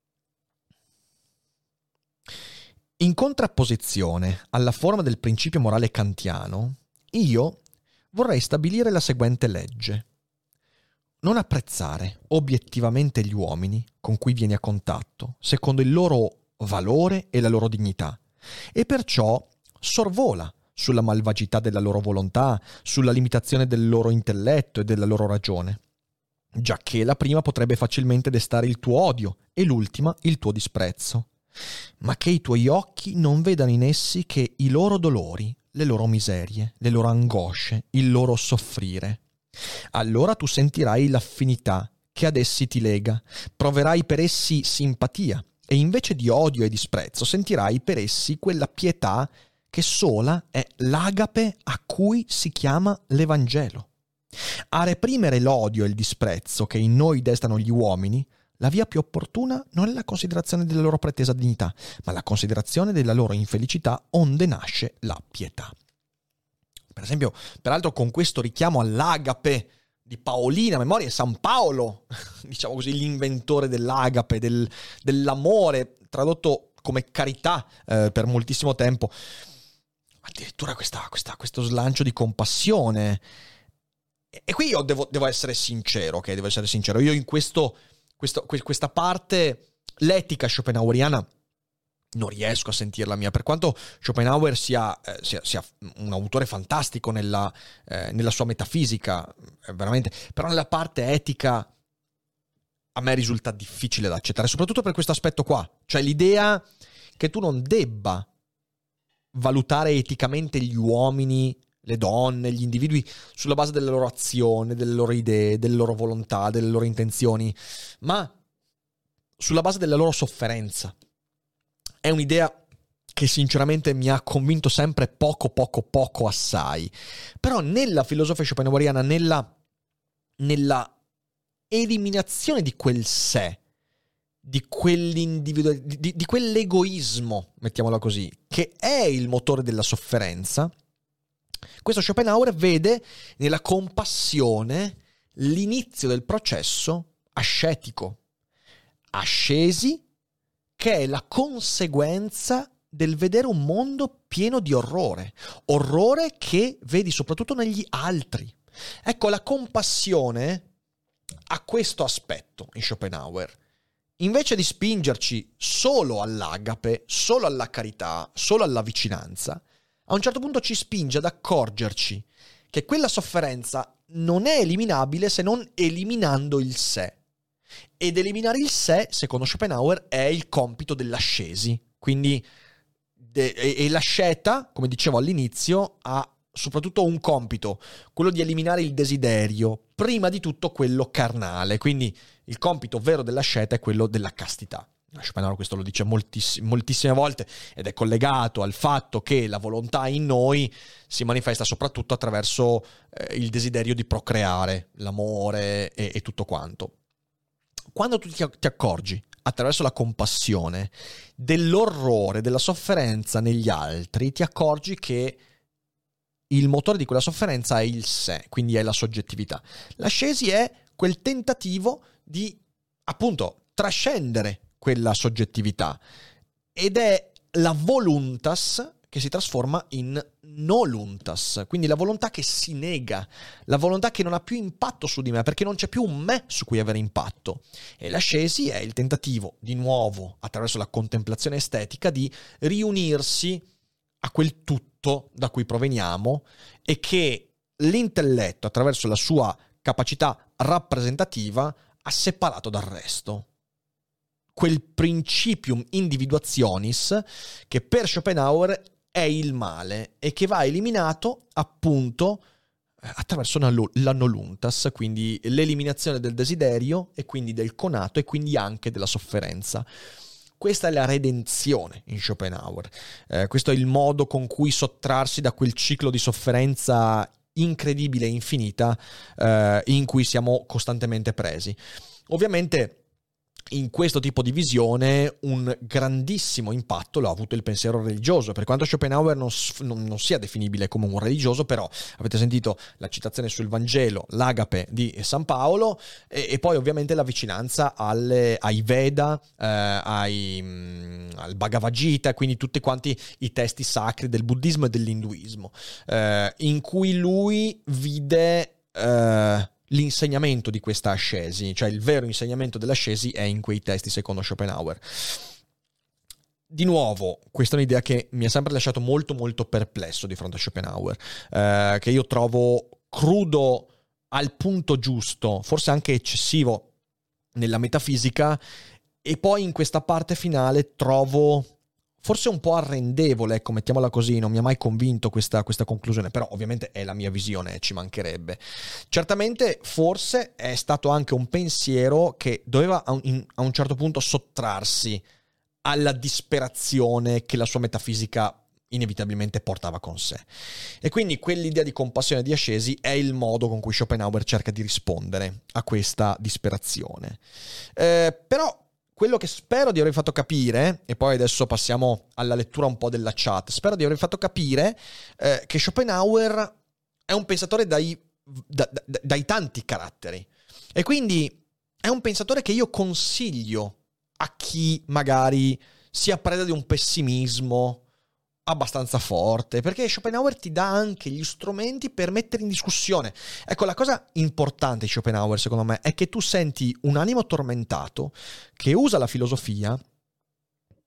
In contrapposizione alla forma del principio morale kantiano, io vorrei stabilire la seguente legge. Non apprezzare obiettivamente gli uomini con cui vieni a contatto, secondo il loro valore e la loro dignità, e perciò sorvola sulla malvagità della loro volontà, sulla limitazione del loro intelletto e della loro ragione, giacché la prima potrebbe facilmente destare il tuo odio e l'ultima il tuo disprezzo, ma che i tuoi occhi non vedano in essi che i loro dolori, le loro miserie, le loro angosce, il loro soffrire. Allora tu sentirai l'affinità che ad essi ti lega, proverai per essi simpatia, e invece di odio e disprezzo sentirai per essi quella pietà che sola è l'agape a cui si chiama l'Evangelo. A reprimere l'odio e il disprezzo che in noi destano gli uomini, la via più opportuna non è la considerazione della loro pretesa dignità, ma la considerazione della loro infelicità, onde nasce la pietà. Per esempio, peraltro con questo richiamo all'agape di Paolina, memoria, San Paolo, diciamo così, l'inventore dell'agape, del, dell'amore, tradotto come carità eh, per moltissimo tempo. Addirittura questa, questa, questo slancio di compassione. E, e qui io devo, devo essere sincero, ok? Devo essere sincero. Io in questo, questo questa parte, l'etica schopenhaueriana non riesco a sentirla mia, per quanto Schopenhauer sia, eh, sia, sia un autore fantastico nella, eh, nella sua metafisica, eh, veramente, però nella parte etica a me risulta difficile da accettare, soprattutto per questo aspetto qua, cioè l'idea che tu non debba valutare eticamente gli uomini, le donne, gli individui sulla base delle loro azioni, delle loro idee, delle loro volontà, delle loro intenzioni, ma sulla base della loro sofferenza. È un'idea che sinceramente mi ha convinto sempre poco, poco, poco assai. Però nella filosofia schopenhaueriana, nella, nella eliminazione di quel sé, di quell'individuo, di, di quell'egoismo, mettiamola così, che è il motore della sofferenza, questo Schopenhauer vede nella compassione l'inizio del processo ascetico. Ascesi, che è la conseguenza del vedere un mondo pieno di orrore, orrore che vedi soprattutto negli altri. Ecco, la compassione ha questo aspetto in Schopenhauer. Invece di spingerci solo all'agape, solo alla carità, solo alla vicinanza, a un certo punto ci spinge ad accorgerci che quella sofferenza non è eliminabile se non eliminando il sé. Ed eliminare il sé, secondo Schopenhauer, è il compito dell'ascesi. Quindi de- e-, e l'asceta, come dicevo all'inizio, ha soprattutto un compito, quello di eliminare il desiderio, prima di tutto quello carnale. Quindi il compito vero dell'asceta è quello della castità. Schopenhauer questo lo dice moltiss- moltissime volte ed è collegato al fatto che la volontà in noi si manifesta soprattutto attraverso eh, il desiderio di procreare, l'amore e, e tutto quanto. Quando tu ti, ti accorgi attraverso la compassione dell'orrore, della sofferenza negli altri, ti accorgi che il motore di quella sofferenza è il sé, quindi è la soggettività. L'ascesi è quel tentativo di, appunto, trascendere quella soggettività ed è la voluntas che si trasforma in noluntas, quindi la volontà che si nega, la volontà che non ha più impatto su di me, perché non c'è più un me su cui avere impatto. E l'ascesi è il tentativo, di nuovo, attraverso la contemplazione estetica, di riunirsi a quel tutto da cui proveniamo e che l'intelletto, attraverso la sua capacità rappresentativa, ha separato dal resto. Quel principium individuationis che per Schopenhauer è il male e che va eliminato appunto attraverso la noluntas, quindi l'eliminazione del desiderio e quindi del conato e quindi anche della sofferenza. Questa è la redenzione in Schopenhauer. Eh, questo è il modo con cui sottrarsi da quel ciclo di sofferenza incredibile e infinita eh, in cui siamo costantemente presi. Ovviamente in questo tipo di visione un grandissimo impatto lo ha avuto il pensiero religioso, per quanto Schopenhauer non, non, non sia definibile come un religioso, però avete sentito la citazione sul Vangelo, l'agape di San Paolo e, e poi ovviamente la vicinanza alle, ai Veda, eh, ai, mh, al Bhagavad Gita, quindi tutti quanti i testi sacri del buddismo e dell'induismo, eh, in cui lui vide eh, l'insegnamento di questa ascesi, cioè il vero insegnamento dell'ascesi è in quei testi secondo Schopenhauer. Di nuovo, questa è un'idea che mi ha sempre lasciato molto molto perplesso di fronte a Schopenhauer, eh, che io trovo crudo al punto giusto, forse anche eccessivo nella metafisica, e poi in questa parte finale trovo forse un po' arrendevole, ecco, mettiamola così, non mi ha mai convinto questa, questa conclusione, però ovviamente è la mia visione, ci mancherebbe. Certamente forse è stato anche un pensiero che doveva a un, a un certo punto sottrarsi alla disperazione che la sua metafisica inevitabilmente portava con sé. E quindi quell'idea di compassione di ascesi è il modo con cui Schopenhauer cerca di rispondere a questa disperazione. Eh, però quello che spero di aver fatto capire, e poi adesso passiamo alla lettura un po' della chat, spero di aver fatto capire eh, che Schopenhauer è un pensatore dai, da, da, dai tanti caratteri, e quindi è un pensatore che io consiglio a chi magari sia preda di un pessimismo abbastanza forte, perché Schopenhauer ti dà anche gli strumenti per mettere in discussione. Ecco, la cosa importante di Schopenhauer, secondo me, è che tu senti un animo tormentato che usa la filosofia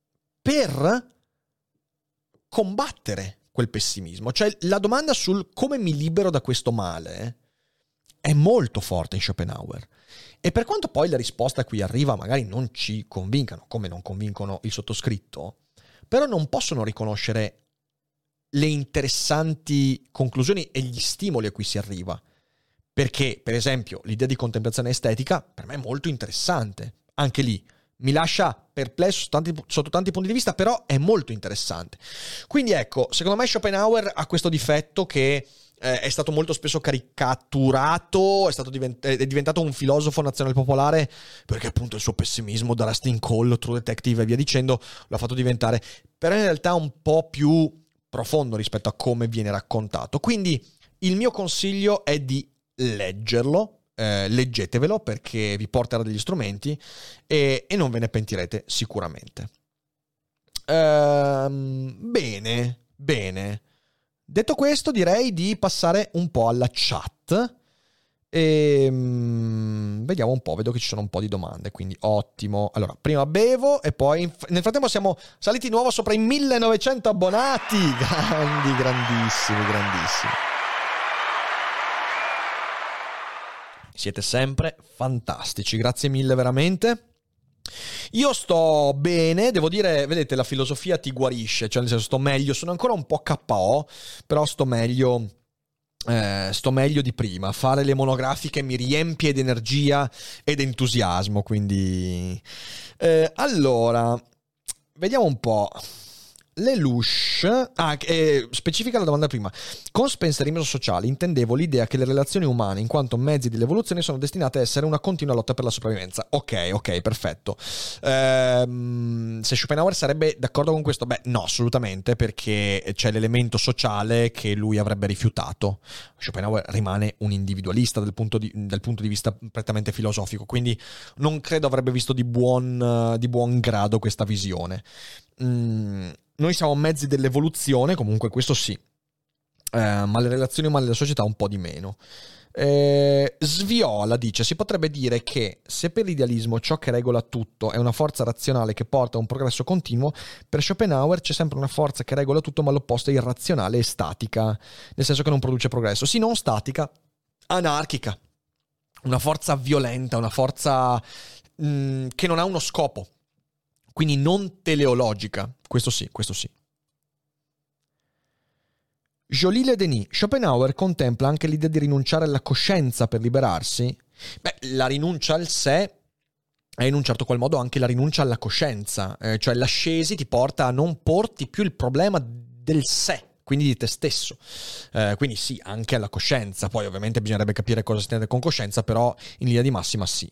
per combattere quel pessimismo. Cioè la domanda sul come mi libero da questo male è molto forte in Schopenhauer. E per quanto poi la risposta a cui arriva magari non ci convincano, come non convincono il sottoscritto, però non possono riconoscere le interessanti conclusioni e gli stimoli a cui si arriva. Perché, per esempio, l'idea di contemplazione estetica per me è molto interessante. Anche lì mi lascia perplesso sotto tanti, sotto tanti punti di vista, però è molto interessante. Quindi ecco, secondo me Schopenhauer ha questo difetto che eh, è stato molto spesso caricaturato, è, stato divent- è diventato un filosofo nazionalpopolare perché appunto il suo pessimismo da Rustin Cole, True Detective e via dicendo lo ha fatto diventare, però in realtà un po' più profondo rispetto a come viene raccontato. Quindi il mio consiglio è di leggerlo, eh, leggetevelo perché vi porterà degli strumenti e, e non ve ne pentirete sicuramente. Ehm, bene, bene. Detto questo, direi di passare un po' alla chat e um, vediamo un po', vedo che ci sono un po' di domande, quindi ottimo. Allora, prima bevo e poi nel frattempo siamo saliti di nuovo sopra i millenovecento abbonati. Grandi, grandissimi, grandissimi. Siete sempre fantastici, grazie mille veramente. Io sto bene, devo dire, vedete, la filosofia ti guarisce, cioè nel senso sto meglio, sono ancora un po' K O, però sto meglio, eh, sto meglio di prima. Fare le monografiche mi riempie di energia ed entusiasmo, quindi... Eh, allora, vediamo un po'. Lelouch, ah, eh, specifica la domanda prima. Con spenserismo sociale intendevo l'idea che le relazioni umane, in quanto mezzi dell'evoluzione, sono destinate a essere una continua lotta per la sopravvivenza. Ok, ok, perfetto. Ehm, se Schopenhauer sarebbe d'accordo con questo? Beh, no, assolutamente, perché c'è l'elemento sociale che lui avrebbe rifiutato. Schopenhauer rimane un individualista dal punto di, dal punto di vista prettamente filosofico, quindi non credo avrebbe visto di buon, di buon grado questa visione. Mm. Noi siamo mezzi dell'evoluzione, comunque questo sì, eh, ma le relazioni umane della società un po' di meno. Eh, Sviola dice: si potrebbe dire che se per l'idealismo ciò che regola tutto è una forza razionale che porta a un progresso continuo, per Schopenhauer c'è sempre una forza che regola tutto ma l'opposto è irrazionale e statica, nel senso che non produce progresso. Sì, non statica, anarchica, una forza violenta, una forza mh, che non ha uno scopo. Quindi non teleologica. Questo sì, questo sì. Jolie Le Denis. Schopenhauer contempla anche l'idea di rinunciare alla coscienza per liberarsi? Beh, la rinuncia al sé è in un certo qual modo anche la rinuncia alla coscienza. Eh, cioè l'ascesi ti porta a non porti più il problema del sé, quindi di te stesso. Eh, quindi sì, anche alla coscienza. Poi ovviamente bisognerebbe capire cosa si intende con coscienza, però in linea di massima sì.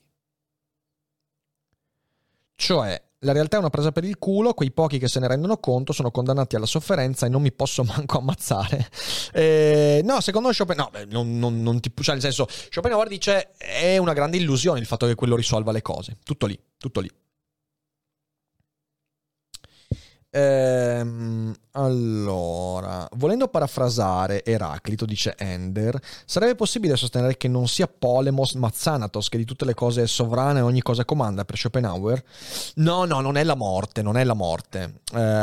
Cioè, la realtà è una presa per il culo, quei pochi che se ne rendono conto sono condannati alla sofferenza e non mi posso manco ammazzare. Eh, no, secondo Schopenhauer, no, beh, non, non, non ti, cioè nel senso, Schopenhauer dice è una grande illusione il fatto che quello risolva le cose. Tutto lì, tutto lì. Ehm, allora, volendo parafrasare Eraclito, dice Ender, sarebbe possibile sostenere che non sia Polemos ma Thanatos che di tutte le cose è sovrana e ogni cosa comanda per Schopenhauer? No, no, non è la morte, non è la morte.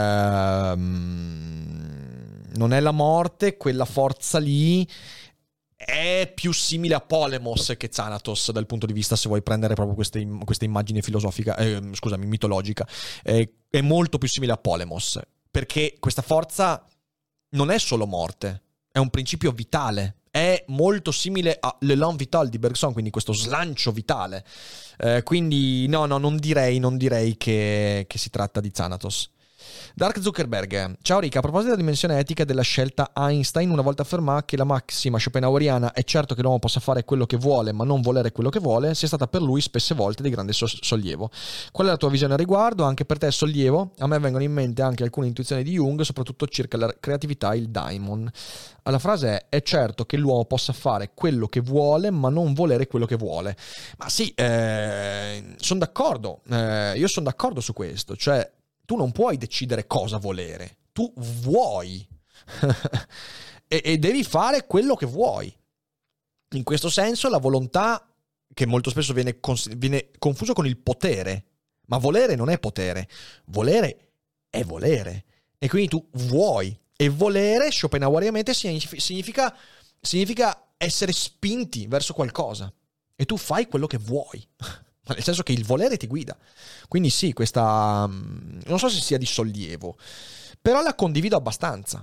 Ehm, non è la morte, quella forza lì è più simile a Polemos che Thanatos dal punto di vista, se vuoi prendere proprio queste, queste immagini filosofica, eh, scusami, mitologica, eh, è molto più simile a Polemos, perché questa forza non è solo morte, è un principio vitale, è molto simile a l'élan vital di Bergson, quindi questo slancio vitale, eh, quindi no, no, non direi, non direi che, che si tratta di Thanatos. Dark Zuckerberg. Ciao Rica, a proposito della dimensione etica della scelta, Einstein una volta affermò che la maxima schopenhaueriana è certo che l'uomo possa fare quello che vuole ma non volere quello che vuole sia stata per lui spesse volte di grande sollievo. Qual è la tua visione al riguardo? Anche per te è sollievo? A me vengono in mente anche alcune intuizioni di Jung, soprattutto circa la creatività e il daimon. La frase è: è certo che l'uomo possa fare quello che vuole ma non volere quello che vuole. Ma sì, eh, sono d'accordo, eh, io sono d'accordo su questo, cioè tu non puoi decidere cosa volere, tu vuoi e, e devi fare quello che vuoi. In questo senso la volontà, che molto spesso viene, cons- viene confuso con il potere, ma volere non è potere, volere è volere. E quindi tu vuoi. E volere, schopenhaueriamente, significa, significa essere spinti verso qualcosa. E tu fai quello che vuoi. Nel senso che il volere ti guida. Quindi sì, questa... non so se sia di sollievo, però la condivido abbastanza.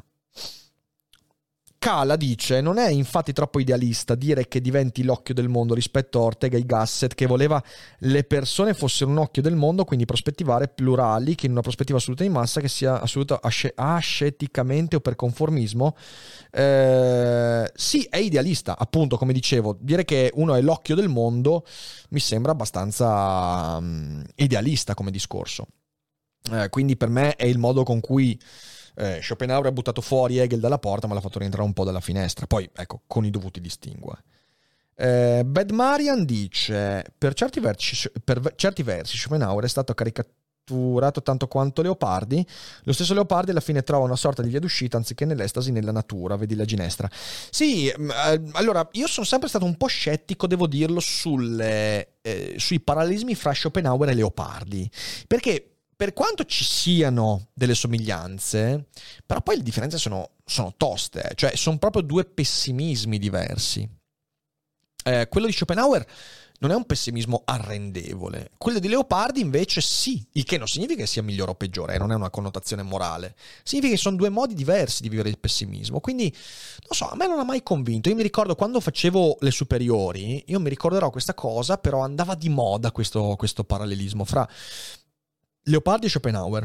Cala dice: non è infatti troppo idealista dire che diventi l'occhio del mondo rispetto a Ortega y Gasset, che voleva le persone fossero un occhio del mondo, quindi prospettivare plurali, che in una prospettiva assoluta di massa che sia assoluta asce- asceticamente o per conformismo. Eh, sì, è idealista, appunto, come dicevo. Dire che uno è l'occhio del mondo mi sembra abbastanza um, idealista come discorso. Eh, quindi per me è il modo con cui Eh, Schopenhauer ha buttato fuori Hegel dalla porta, ma l'ha fatto rientrare un po' dalla finestra. Poi, ecco, con i dovuti distinguo. Eh, Bad Marian dice: per certi versi, per certi versi Schopenhauer è stato caricaturato tanto quanto Leopardi. Lo stesso Leopardi alla fine trova una sorta di via d'uscita, anziché nell'estasi, nella natura. Vedi la ginestra. Sì, eh, allora, io sono sempre stato un po' scettico, devo dirlo, sulle, eh, sui parallelismi fra Schopenhauer e Leopardi. Perché per quanto ci siano delle somiglianze, però poi le differenze sono, sono toste, cioè sono proprio due pessimismi diversi. Eh, quello di Schopenhauer non è un pessimismo arrendevole, quello di Leopardi invece sì, il che non significa che sia migliore o peggiore, eh, non è una connotazione morale, significa che sono due modi diversi di vivere il pessimismo, quindi non so, a me non ha mai convinto. Io mi ricordo quando facevo le superiori, io mi ricorderò questa cosa, però andava di moda questo, questo parallelismo fra Leopardi e Schopenhauer,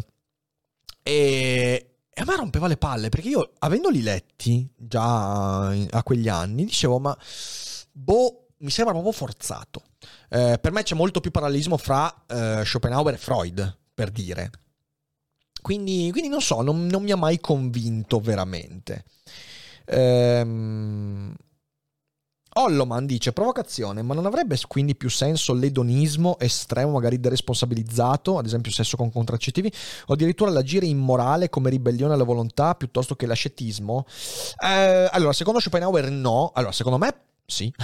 e, e a me rompeva le palle, perché io, avendoli letti già a quegli anni, dicevo, ma boh, mi sembra proprio forzato. Eh, per me c'è molto più parallelismo fra eh, Schopenhauer e Freud, per dire. Quindi, quindi non so, non, non mi ha mai convinto veramente. Ehm... Holloman dice: provocazione, ma non avrebbe quindi più senso l'edonismo estremo, magari deresponsabilizzato, ad esempio sesso con contraccettivi, o addirittura l'agire immorale come ribellione alla volontà piuttosto che l'ascetismo? Eh, allora, secondo Schopenhauer no, allora secondo me sì.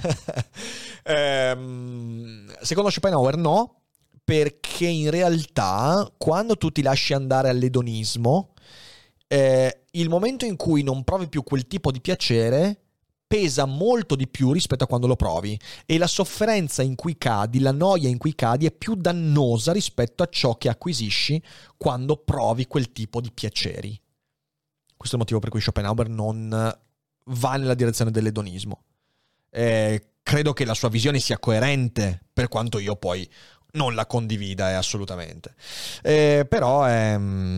ehm, secondo Schopenhauer no, perché in realtà quando tu ti lasci andare all'edonismo, eh, il momento in cui non provi più quel tipo di piacere pesa molto di più rispetto a quando lo provi, e la sofferenza in cui cadi, la noia in cui cadi è più dannosa rispetto a ciò che acquisisci quando provi quel tipo di piaceri. Questo è il motivo per cui Schopenhauer non va nella direzione dell'edonismo. Eh, credo che la sua visione sia coerente, per quanto io poi non la condivida, è assolutamente. Eh, però è...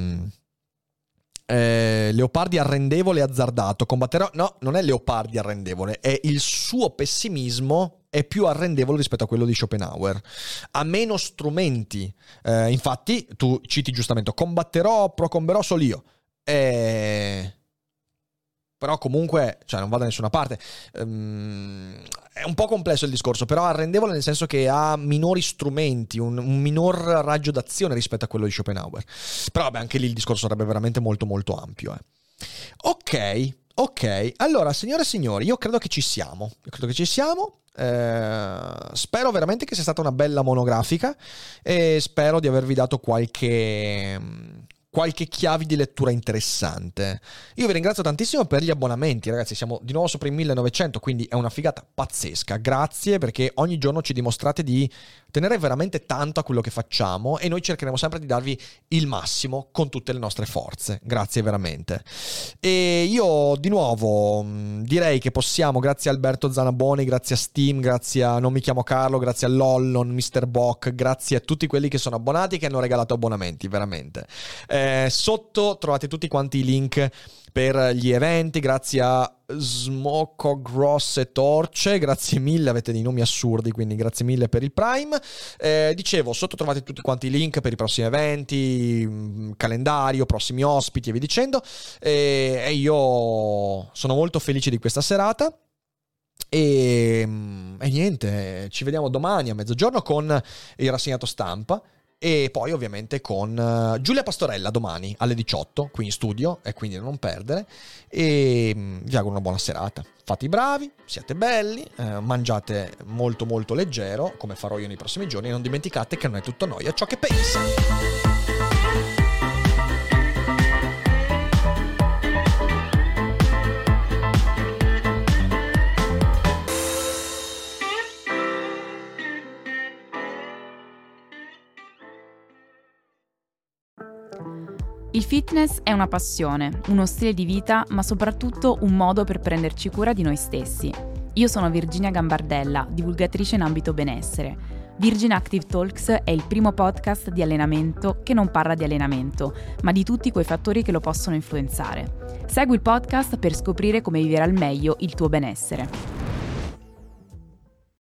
Eh, Leopardi arrendevole e azzardato, combatterò. No, non è Leopardi arrendevole, è il suo pessimismo è più arrendevole rispetto a quello di Schopenhauer, ha meno strumenti. Eh, infatti tu citi giustamente: combatterò, procomberò solo io, eh... però comunque, cioè, non va da nessuna parte. Um, è un po' complesso il discorso, però arrendevole nel senso che ha minori strumenti, un, un minor raggio d'azione rispetto a quello di Schopenhauer. Però vabbè, anche lì il discorso sarebbe veramente molto molto ampio. Eh. Ok, ok. Allora, signore e signori, io credo che ci siamo. Io credo che ci siamo. Eh, spero veramente che sia stata una bella monografica e spero di avervi dato qualche... qualche chiave di lettura interessante. Io vi ringrazio tantissimo per gli abbonamenti, ragazzi, siamo di nuovo sopra i millenovecento, quindi è una figata pazzesca. Grazie, perché ogni giorno ci dimostrate di tenere veramente tanto a quello che facciamo e noi cercheremo sempre di darvi il massimo con tutte le nostre forze. Grazie veramente. E io di nuovo direi che possiamo, grazie a Alberto Zanaboni, grazie a Steam, grazie a Non mi chiamo Carlo, grazie a Lollon, mister Bock, grazie a tutti quelli che sono abbonati e che hanno regalato abbonamenti, veramente. Eh, sotto trovate tutti quanti i link per gli eventi, grazie a Smocco Grosse Torce, grazie mille, avete dei nomi assurdi, quindi grazie mille per il Prime. Eh, dicevo, sotto trovate tutti quanti i link per i prossimi eventi, calendario, prossimi ospiti e via dicendo, e, e io sono molto felice di questa serata. E, e niente, ci vediamo domani a mezzogiorno con il rassegnato stampa. E poi ovviamente con uh, Giulia Pastorella domani alle diciotto qui in studio, e quindi non perdere. E um, vi auguro una buona serata. Fate i bravi, siate belli, uh, mangiate molto molto leggero, come farò io nei prossimi giorni, e non dimenticate che non è tutto noia ciò che pensa. Il fitness è una passione, uno stile di vita, ma soprattutto un modo per prenderci cura di noi stessi. Io sono Virginia Gambardella, divulgatrice in ambito benessere. Virgin Active Talks è il primo podcast di allenamento che non parla di allenamento, ma di tutti quei fattori che lo possono influenzare. Segui il podcast per scoprire come vivere al meglio il tuo benessere.